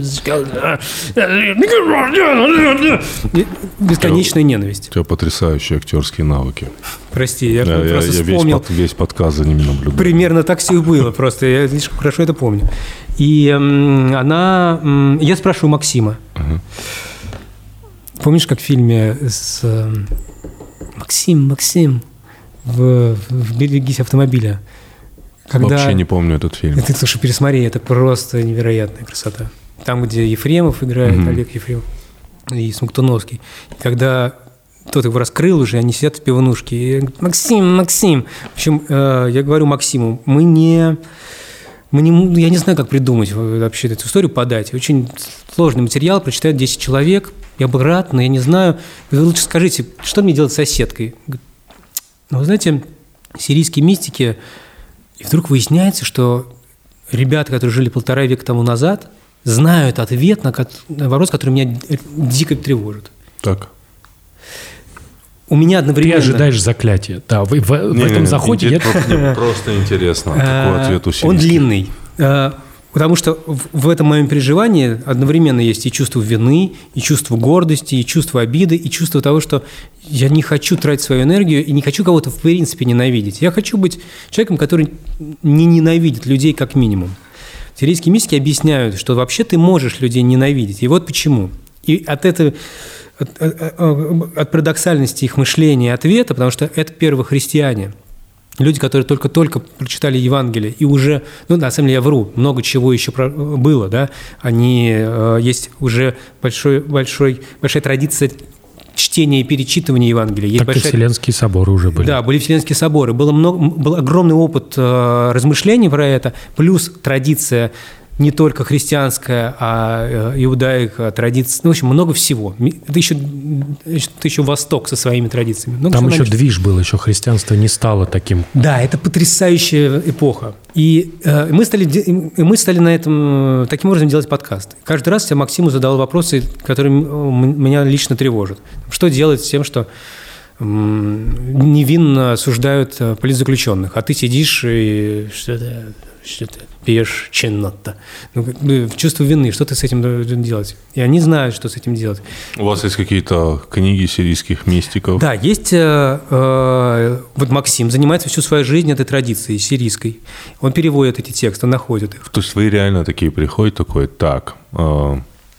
бесконечная ненависть. У тебя потрясающие актерские навыки. Прости, я, я просто я, вспомнил. Я весь, под, весь подкаст за ними наблюдаю. Примерно так все и было, просто я слишком хорошо это помню. И м, она... М, я спрашиваю Максима. Ага. Помнишь, как в фильме с... Э, Максим, Максим, в, в «Берегись автомобиля». Когда... Вообще не помню этот фильм. Ты, слушай, пересмотри, это просто невероятная красота. Там, где Ефремов играет, угу. Олег Ефремов и Смоктуновский. Когда тот его раскрыл уже, они сидят в пивнушке. И говорят, Максим, Максим. В общем, э, я говорю Максиму, мы не... Мы не, я не знаю, как придумать вообще эту историю, подать. Очень сложный материал, прочитает десять человек. Я бы рад, но я не знаю. Вы лучше скажите, что мне делать с соседкой? Ну, вы знаете, сирийские мистики, и вдруг выясняется, что ребята, которые жили полтора века тому назад, знают ответ на вопрос, который меня дико тревожит. Так. У меня одновременно... Ты ожидаешь заклятия. Да, в, в, не, в этом не, заходе... Не, я... Просто интересно, какой ответ у сирийских. Он длинный. Потому что в этом моем переживании одновременно есть и чувство вины, и чувство гордости, и чувство обиды, и чувство того, что я не хочу тратить свою энергию и не хочу кого-то в принципе ненавидеть. Я хочу быть человеком, который не ненавидит людей как минимум. Сирийские мистики объясняют, что вообще ты можешь людей ненавидеть. И вот почему. И от этого... От, от, от парадоксальности их мышления и ответа, потому что это первые христиане. Люди, которые только-только прочитали Евангелие и уже, ну, на самом деле я вру, много чего еще было, да, они, есть уже большой, большой, большая традиция чтения и перечитывания Евангелия. Есть так большая... и Вселенские соборы уже были. Да, были Вселенские соборы. Было много, был огромный опыт размышлений про это, плюс традиция не только христианская, а иудаика, традиция, ну, в общем, много всего. Это еще, это еще Восток со своими традициями. Много Там еще наличия. Движ был, еще христианство не стало таким. Да, это потрясающая эпоха. И э, мы, стали, и мы стали на этом, таким образом делать подкаст. Каждый раз я Максиму задал вопросы, которые меня лично тревожат. Что делать с тем, что м, невинно осуждают политзаключенных, а ты сидишь и что-то... что-то пьешь чинно-то. Ну, чувство вины, что ты с этим должен делать? И они знают, что с этим делать. У вас есть какие-то книги сирийских мистиков? Да, есть. Э, э, вот Максим занимается всю свою жизнь этой традицией сирийской. Он переводит эти тексты, находит их. То есть вы реально такие приходите, такой, так, э,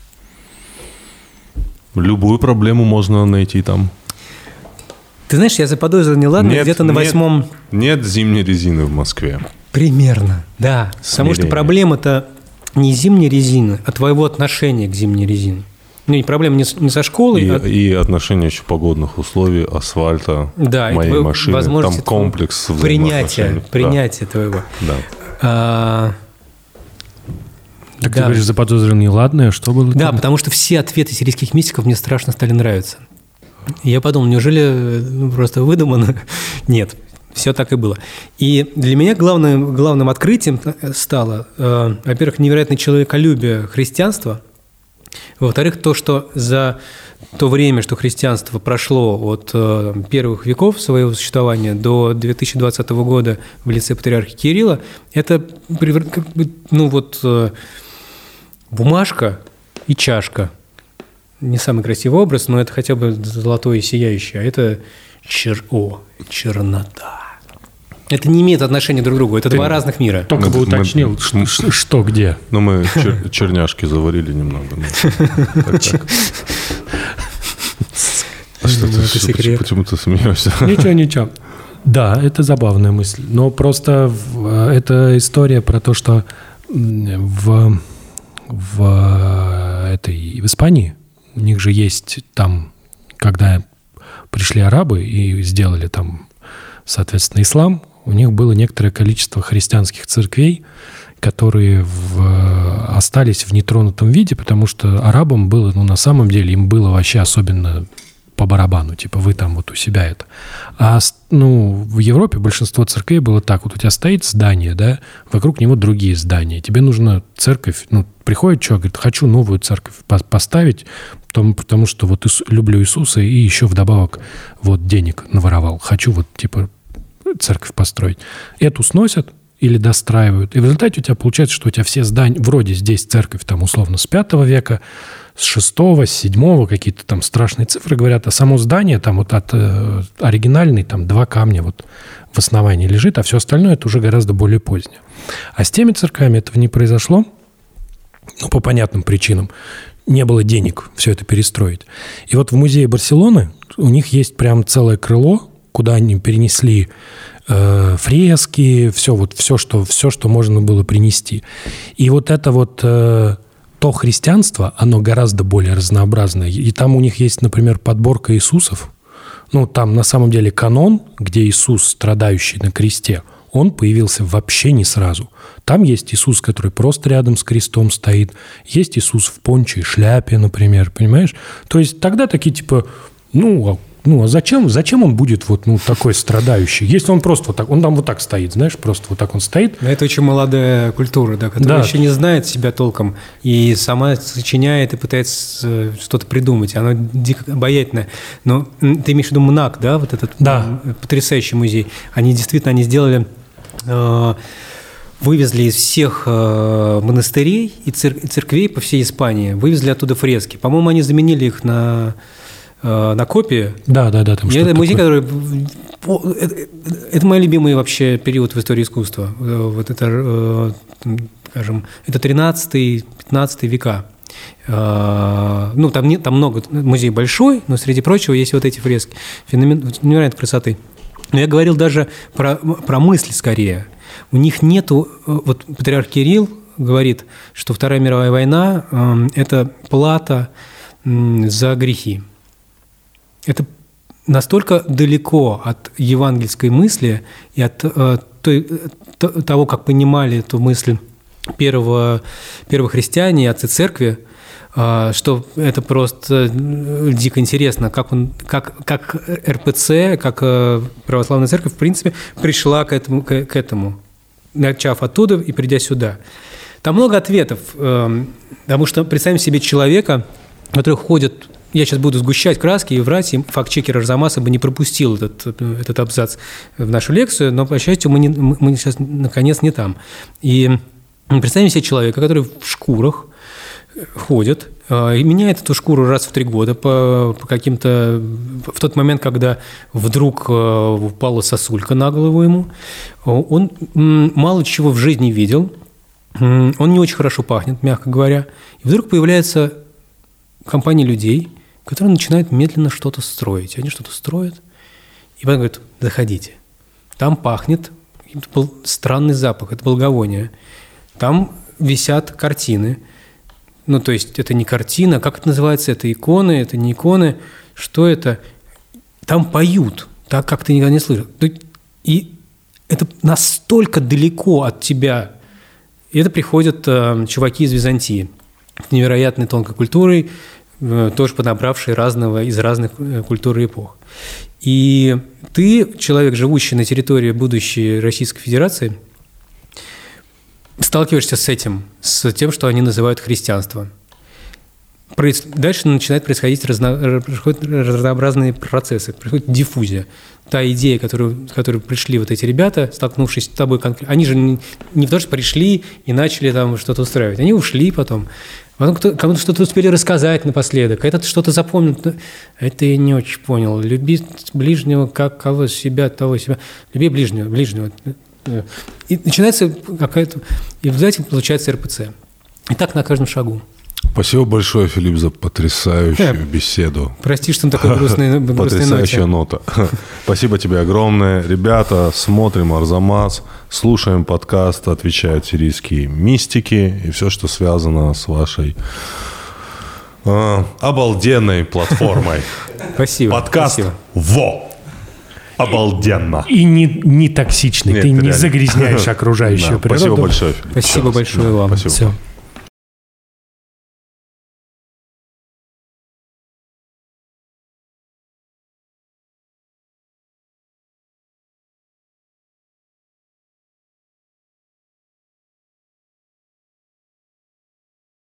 любую проблему можно найти там? Ты знаешь, я заподозрил неладно где-то на восьмом... Нет зимней резины в Москве. Примерно, да. Смирение. Потому что проблема-то не зимней резины, а твоего отношения к зимней резине. Ну, проблема не, не со школой. И, а... и отношения еще погодных условий, асфальта, да, моей машины. Там комплекс принятия, принятия да. твоего. Да. А... Так да. ты говоришь, заподозрил неладное, что было? Да, там? потому что все ответы сирийских мистиков мне страшно стали нравиться. И я подумал, неужели ну, просто выдумано? Нет. Все так и было. И для меня главным, главным открытием стало, э, во-первых, невероятное человеколюбие христианства, во-вторых, то, что за то время, что христианство прошло от э, первых веков своего существования до две тысячи двадцатого года в лице патриарха Кирилла, это как бы, ну вот, э, бумажка и чашка. Не самый красивый образ, но это хотя бы золотое и сияющее, а это чер... О, чернота. Это не имеет отношения друг к другу, это Ты два разных мира. Только бы уточнил, мы, что, что где. Ну, мы чер, черняшки заварили немного. А что ты, почему ты смеешься? Ничего, ничего. Да, это забавная мысль. Но просто это история про то, что в, в, этой, в Испании у них же есть там, когда пришли арабы и сделали там, соответственно, ислам, у них было некоторое количество христианских церквей, которые в, остались в нетронутом виде, потому что арабам было, ну, на самом деле, им было вообще особенно по барабану, типа, вы там вот у себя это. А, ну, в Европе большинство церквей было так, вот у тебя стоит здание, да, вокруг него другие здания, тебе нужна церковь, ну, приходит человек, говорит, хочу новую церковь поставить, потому, потому что вот Ису, люблю Иисуса и еще вдобавок вот денег наворовал. Хочу вот типа церковь построить. Эту сносят или достраивают. И в результате у тебя получается, что у тебя все здания, вроде здесь церковь там условно с пятого века, с шестого, с седьмого, какие-то там страшные цифры говорят, а само здание там вот от э, оригинальной там два камня вот в основании лежит, а все остальное это уже гораздо более позднее. А с теми церквями этого не произошло, ну, по понятным причинам. Не было денег все это перестроить. И вот в музее Барселоны у них есть прям целое крыло, куда они перенесли э, фрески, все, вот, все, что, все, что можно было принести. И вот это вот э, то христианство, оно гораздо более разнообразное. И там у них есть, например, подборка Иисусов. Ну, там на самом деле канон, где Иисус, страдающий на кресте, он появился вообще не сразу. Там есть Иисус, который просто рядом с крестом стоит. Есть Иисус в понче и шляпе, например, понимаешь? То есть тогда такие типа, ну, ну а зачем, зачем он будет вот ну, такой страдающий? Если он просто вот так, он там вот так стоит, знаешь, просто вот так он стоит. Это очень молодая культура, да, которая да. еще не знает себя толком и сама сочиняет и пытается что-то придумать. Она дико обаятельная. Но ты имеешь в виду МНАК, да, вот этот да. потрясающий музей. Они действительно, они сделали... вывезли из всех монастырей и церквей по всей Испании, вывезли оттуда фрески. По-моему, они заменили их на, на копии. Да, да, да. Там это музей, такое. который... Это, это мой любимый вообще период в истории искусства. Вот это, скажем, это тринадцатый-пятнадцатый века. Ну, там, нет, там много... Музей большой, но среди прочего есть вот эти фрески. Феномен невероятной красоты. Но я говорил даже про, про мысли скорее. У них нету... Вот патриарх Кирилл говорит, что Вторая мировая война э, – это плата э, за грехи. Это настолько далеко от евангельской мысли и от э, той, то, того, как понимали эту мысль первого, первых христиане, отцы церкви, что это просто дико интересно, как, он, как, как эр пэ цэ, как православная церковь, в принципе, пришла к этому, к, к этому, начав оттуда и придя сюда. Там много ответов, потому что представим себе человека, который ходит, я сейчас буду сгущать краски и врать, и факт-чекер Арзамаса бы не пропустил этот, этот абзац в нашу лекцию, но, по счастью, мы, не, мы сейчас, наконец, не там. И представим себе человека, который в шкурах, ходит и меняет эту шкуру раз в три года по, по каким-то... В тот момент, когда вдруг упала сосулька на голову ему, он мало чего в жизни видел, он не очень хорошо пахнет, мягко говоря, и вдруг появляется компания людей, которые начинают медленно что-то строить. Они что-то строят, и потом говорят, заходите. Там пахнет, был странный запах, это благовоние. Там висят картины. Ну, то есть, это не картина, как это называется? Это иконы, это не иконы. Что это? Там поют, так, как ты никогда не слышал. И это настолько далеко от тебя. И это приходят э, чуваки из Византии, невероятной тонкой культурой, э, тоже подобравшие разного, из разных э, культур и эпох. И ты, человек, живущий на территории будущей Российской Федерации, сталкиваешься с этим, с тем, что они называют христианством. Дальше начинают происходить разно, разнообразные процессы, происходит диффузия. Та идея, которую, с которой пришли вот эти ребята, столкнувшись с тобой, они же не, не то, что пришли и начали там что-то устраивать, они ушли потом. Потом кому-то что-то успели рассказать напоследок, этот что-то запомнил. Это я не очень понял. Люби ближнего, как кого себя, того себя. Люби ближнего, ближнего. И начинается какая-то... И в результате получается эр пэ цэ. И так на каждом шагу. Спасибо большое, Филипп, за потрясающую yeah. беседу. Прости, что он такой грустный, грустный Потрясающая нота. Спасибо тебе огромное. Ребята, смотрим Арзамас, слушаем подкаст, отвечают сирийские мистики и все, что связано с вашей э, обалденной платформой. Спасибо. Подкаст спасибо. ВО. Обалденно. И не, не токсичный. Нет, ты не реально. загрязняешь окружающую да, природу. Спасибо большое, Филипп. Спасибо большое вам. Спасибо. Все.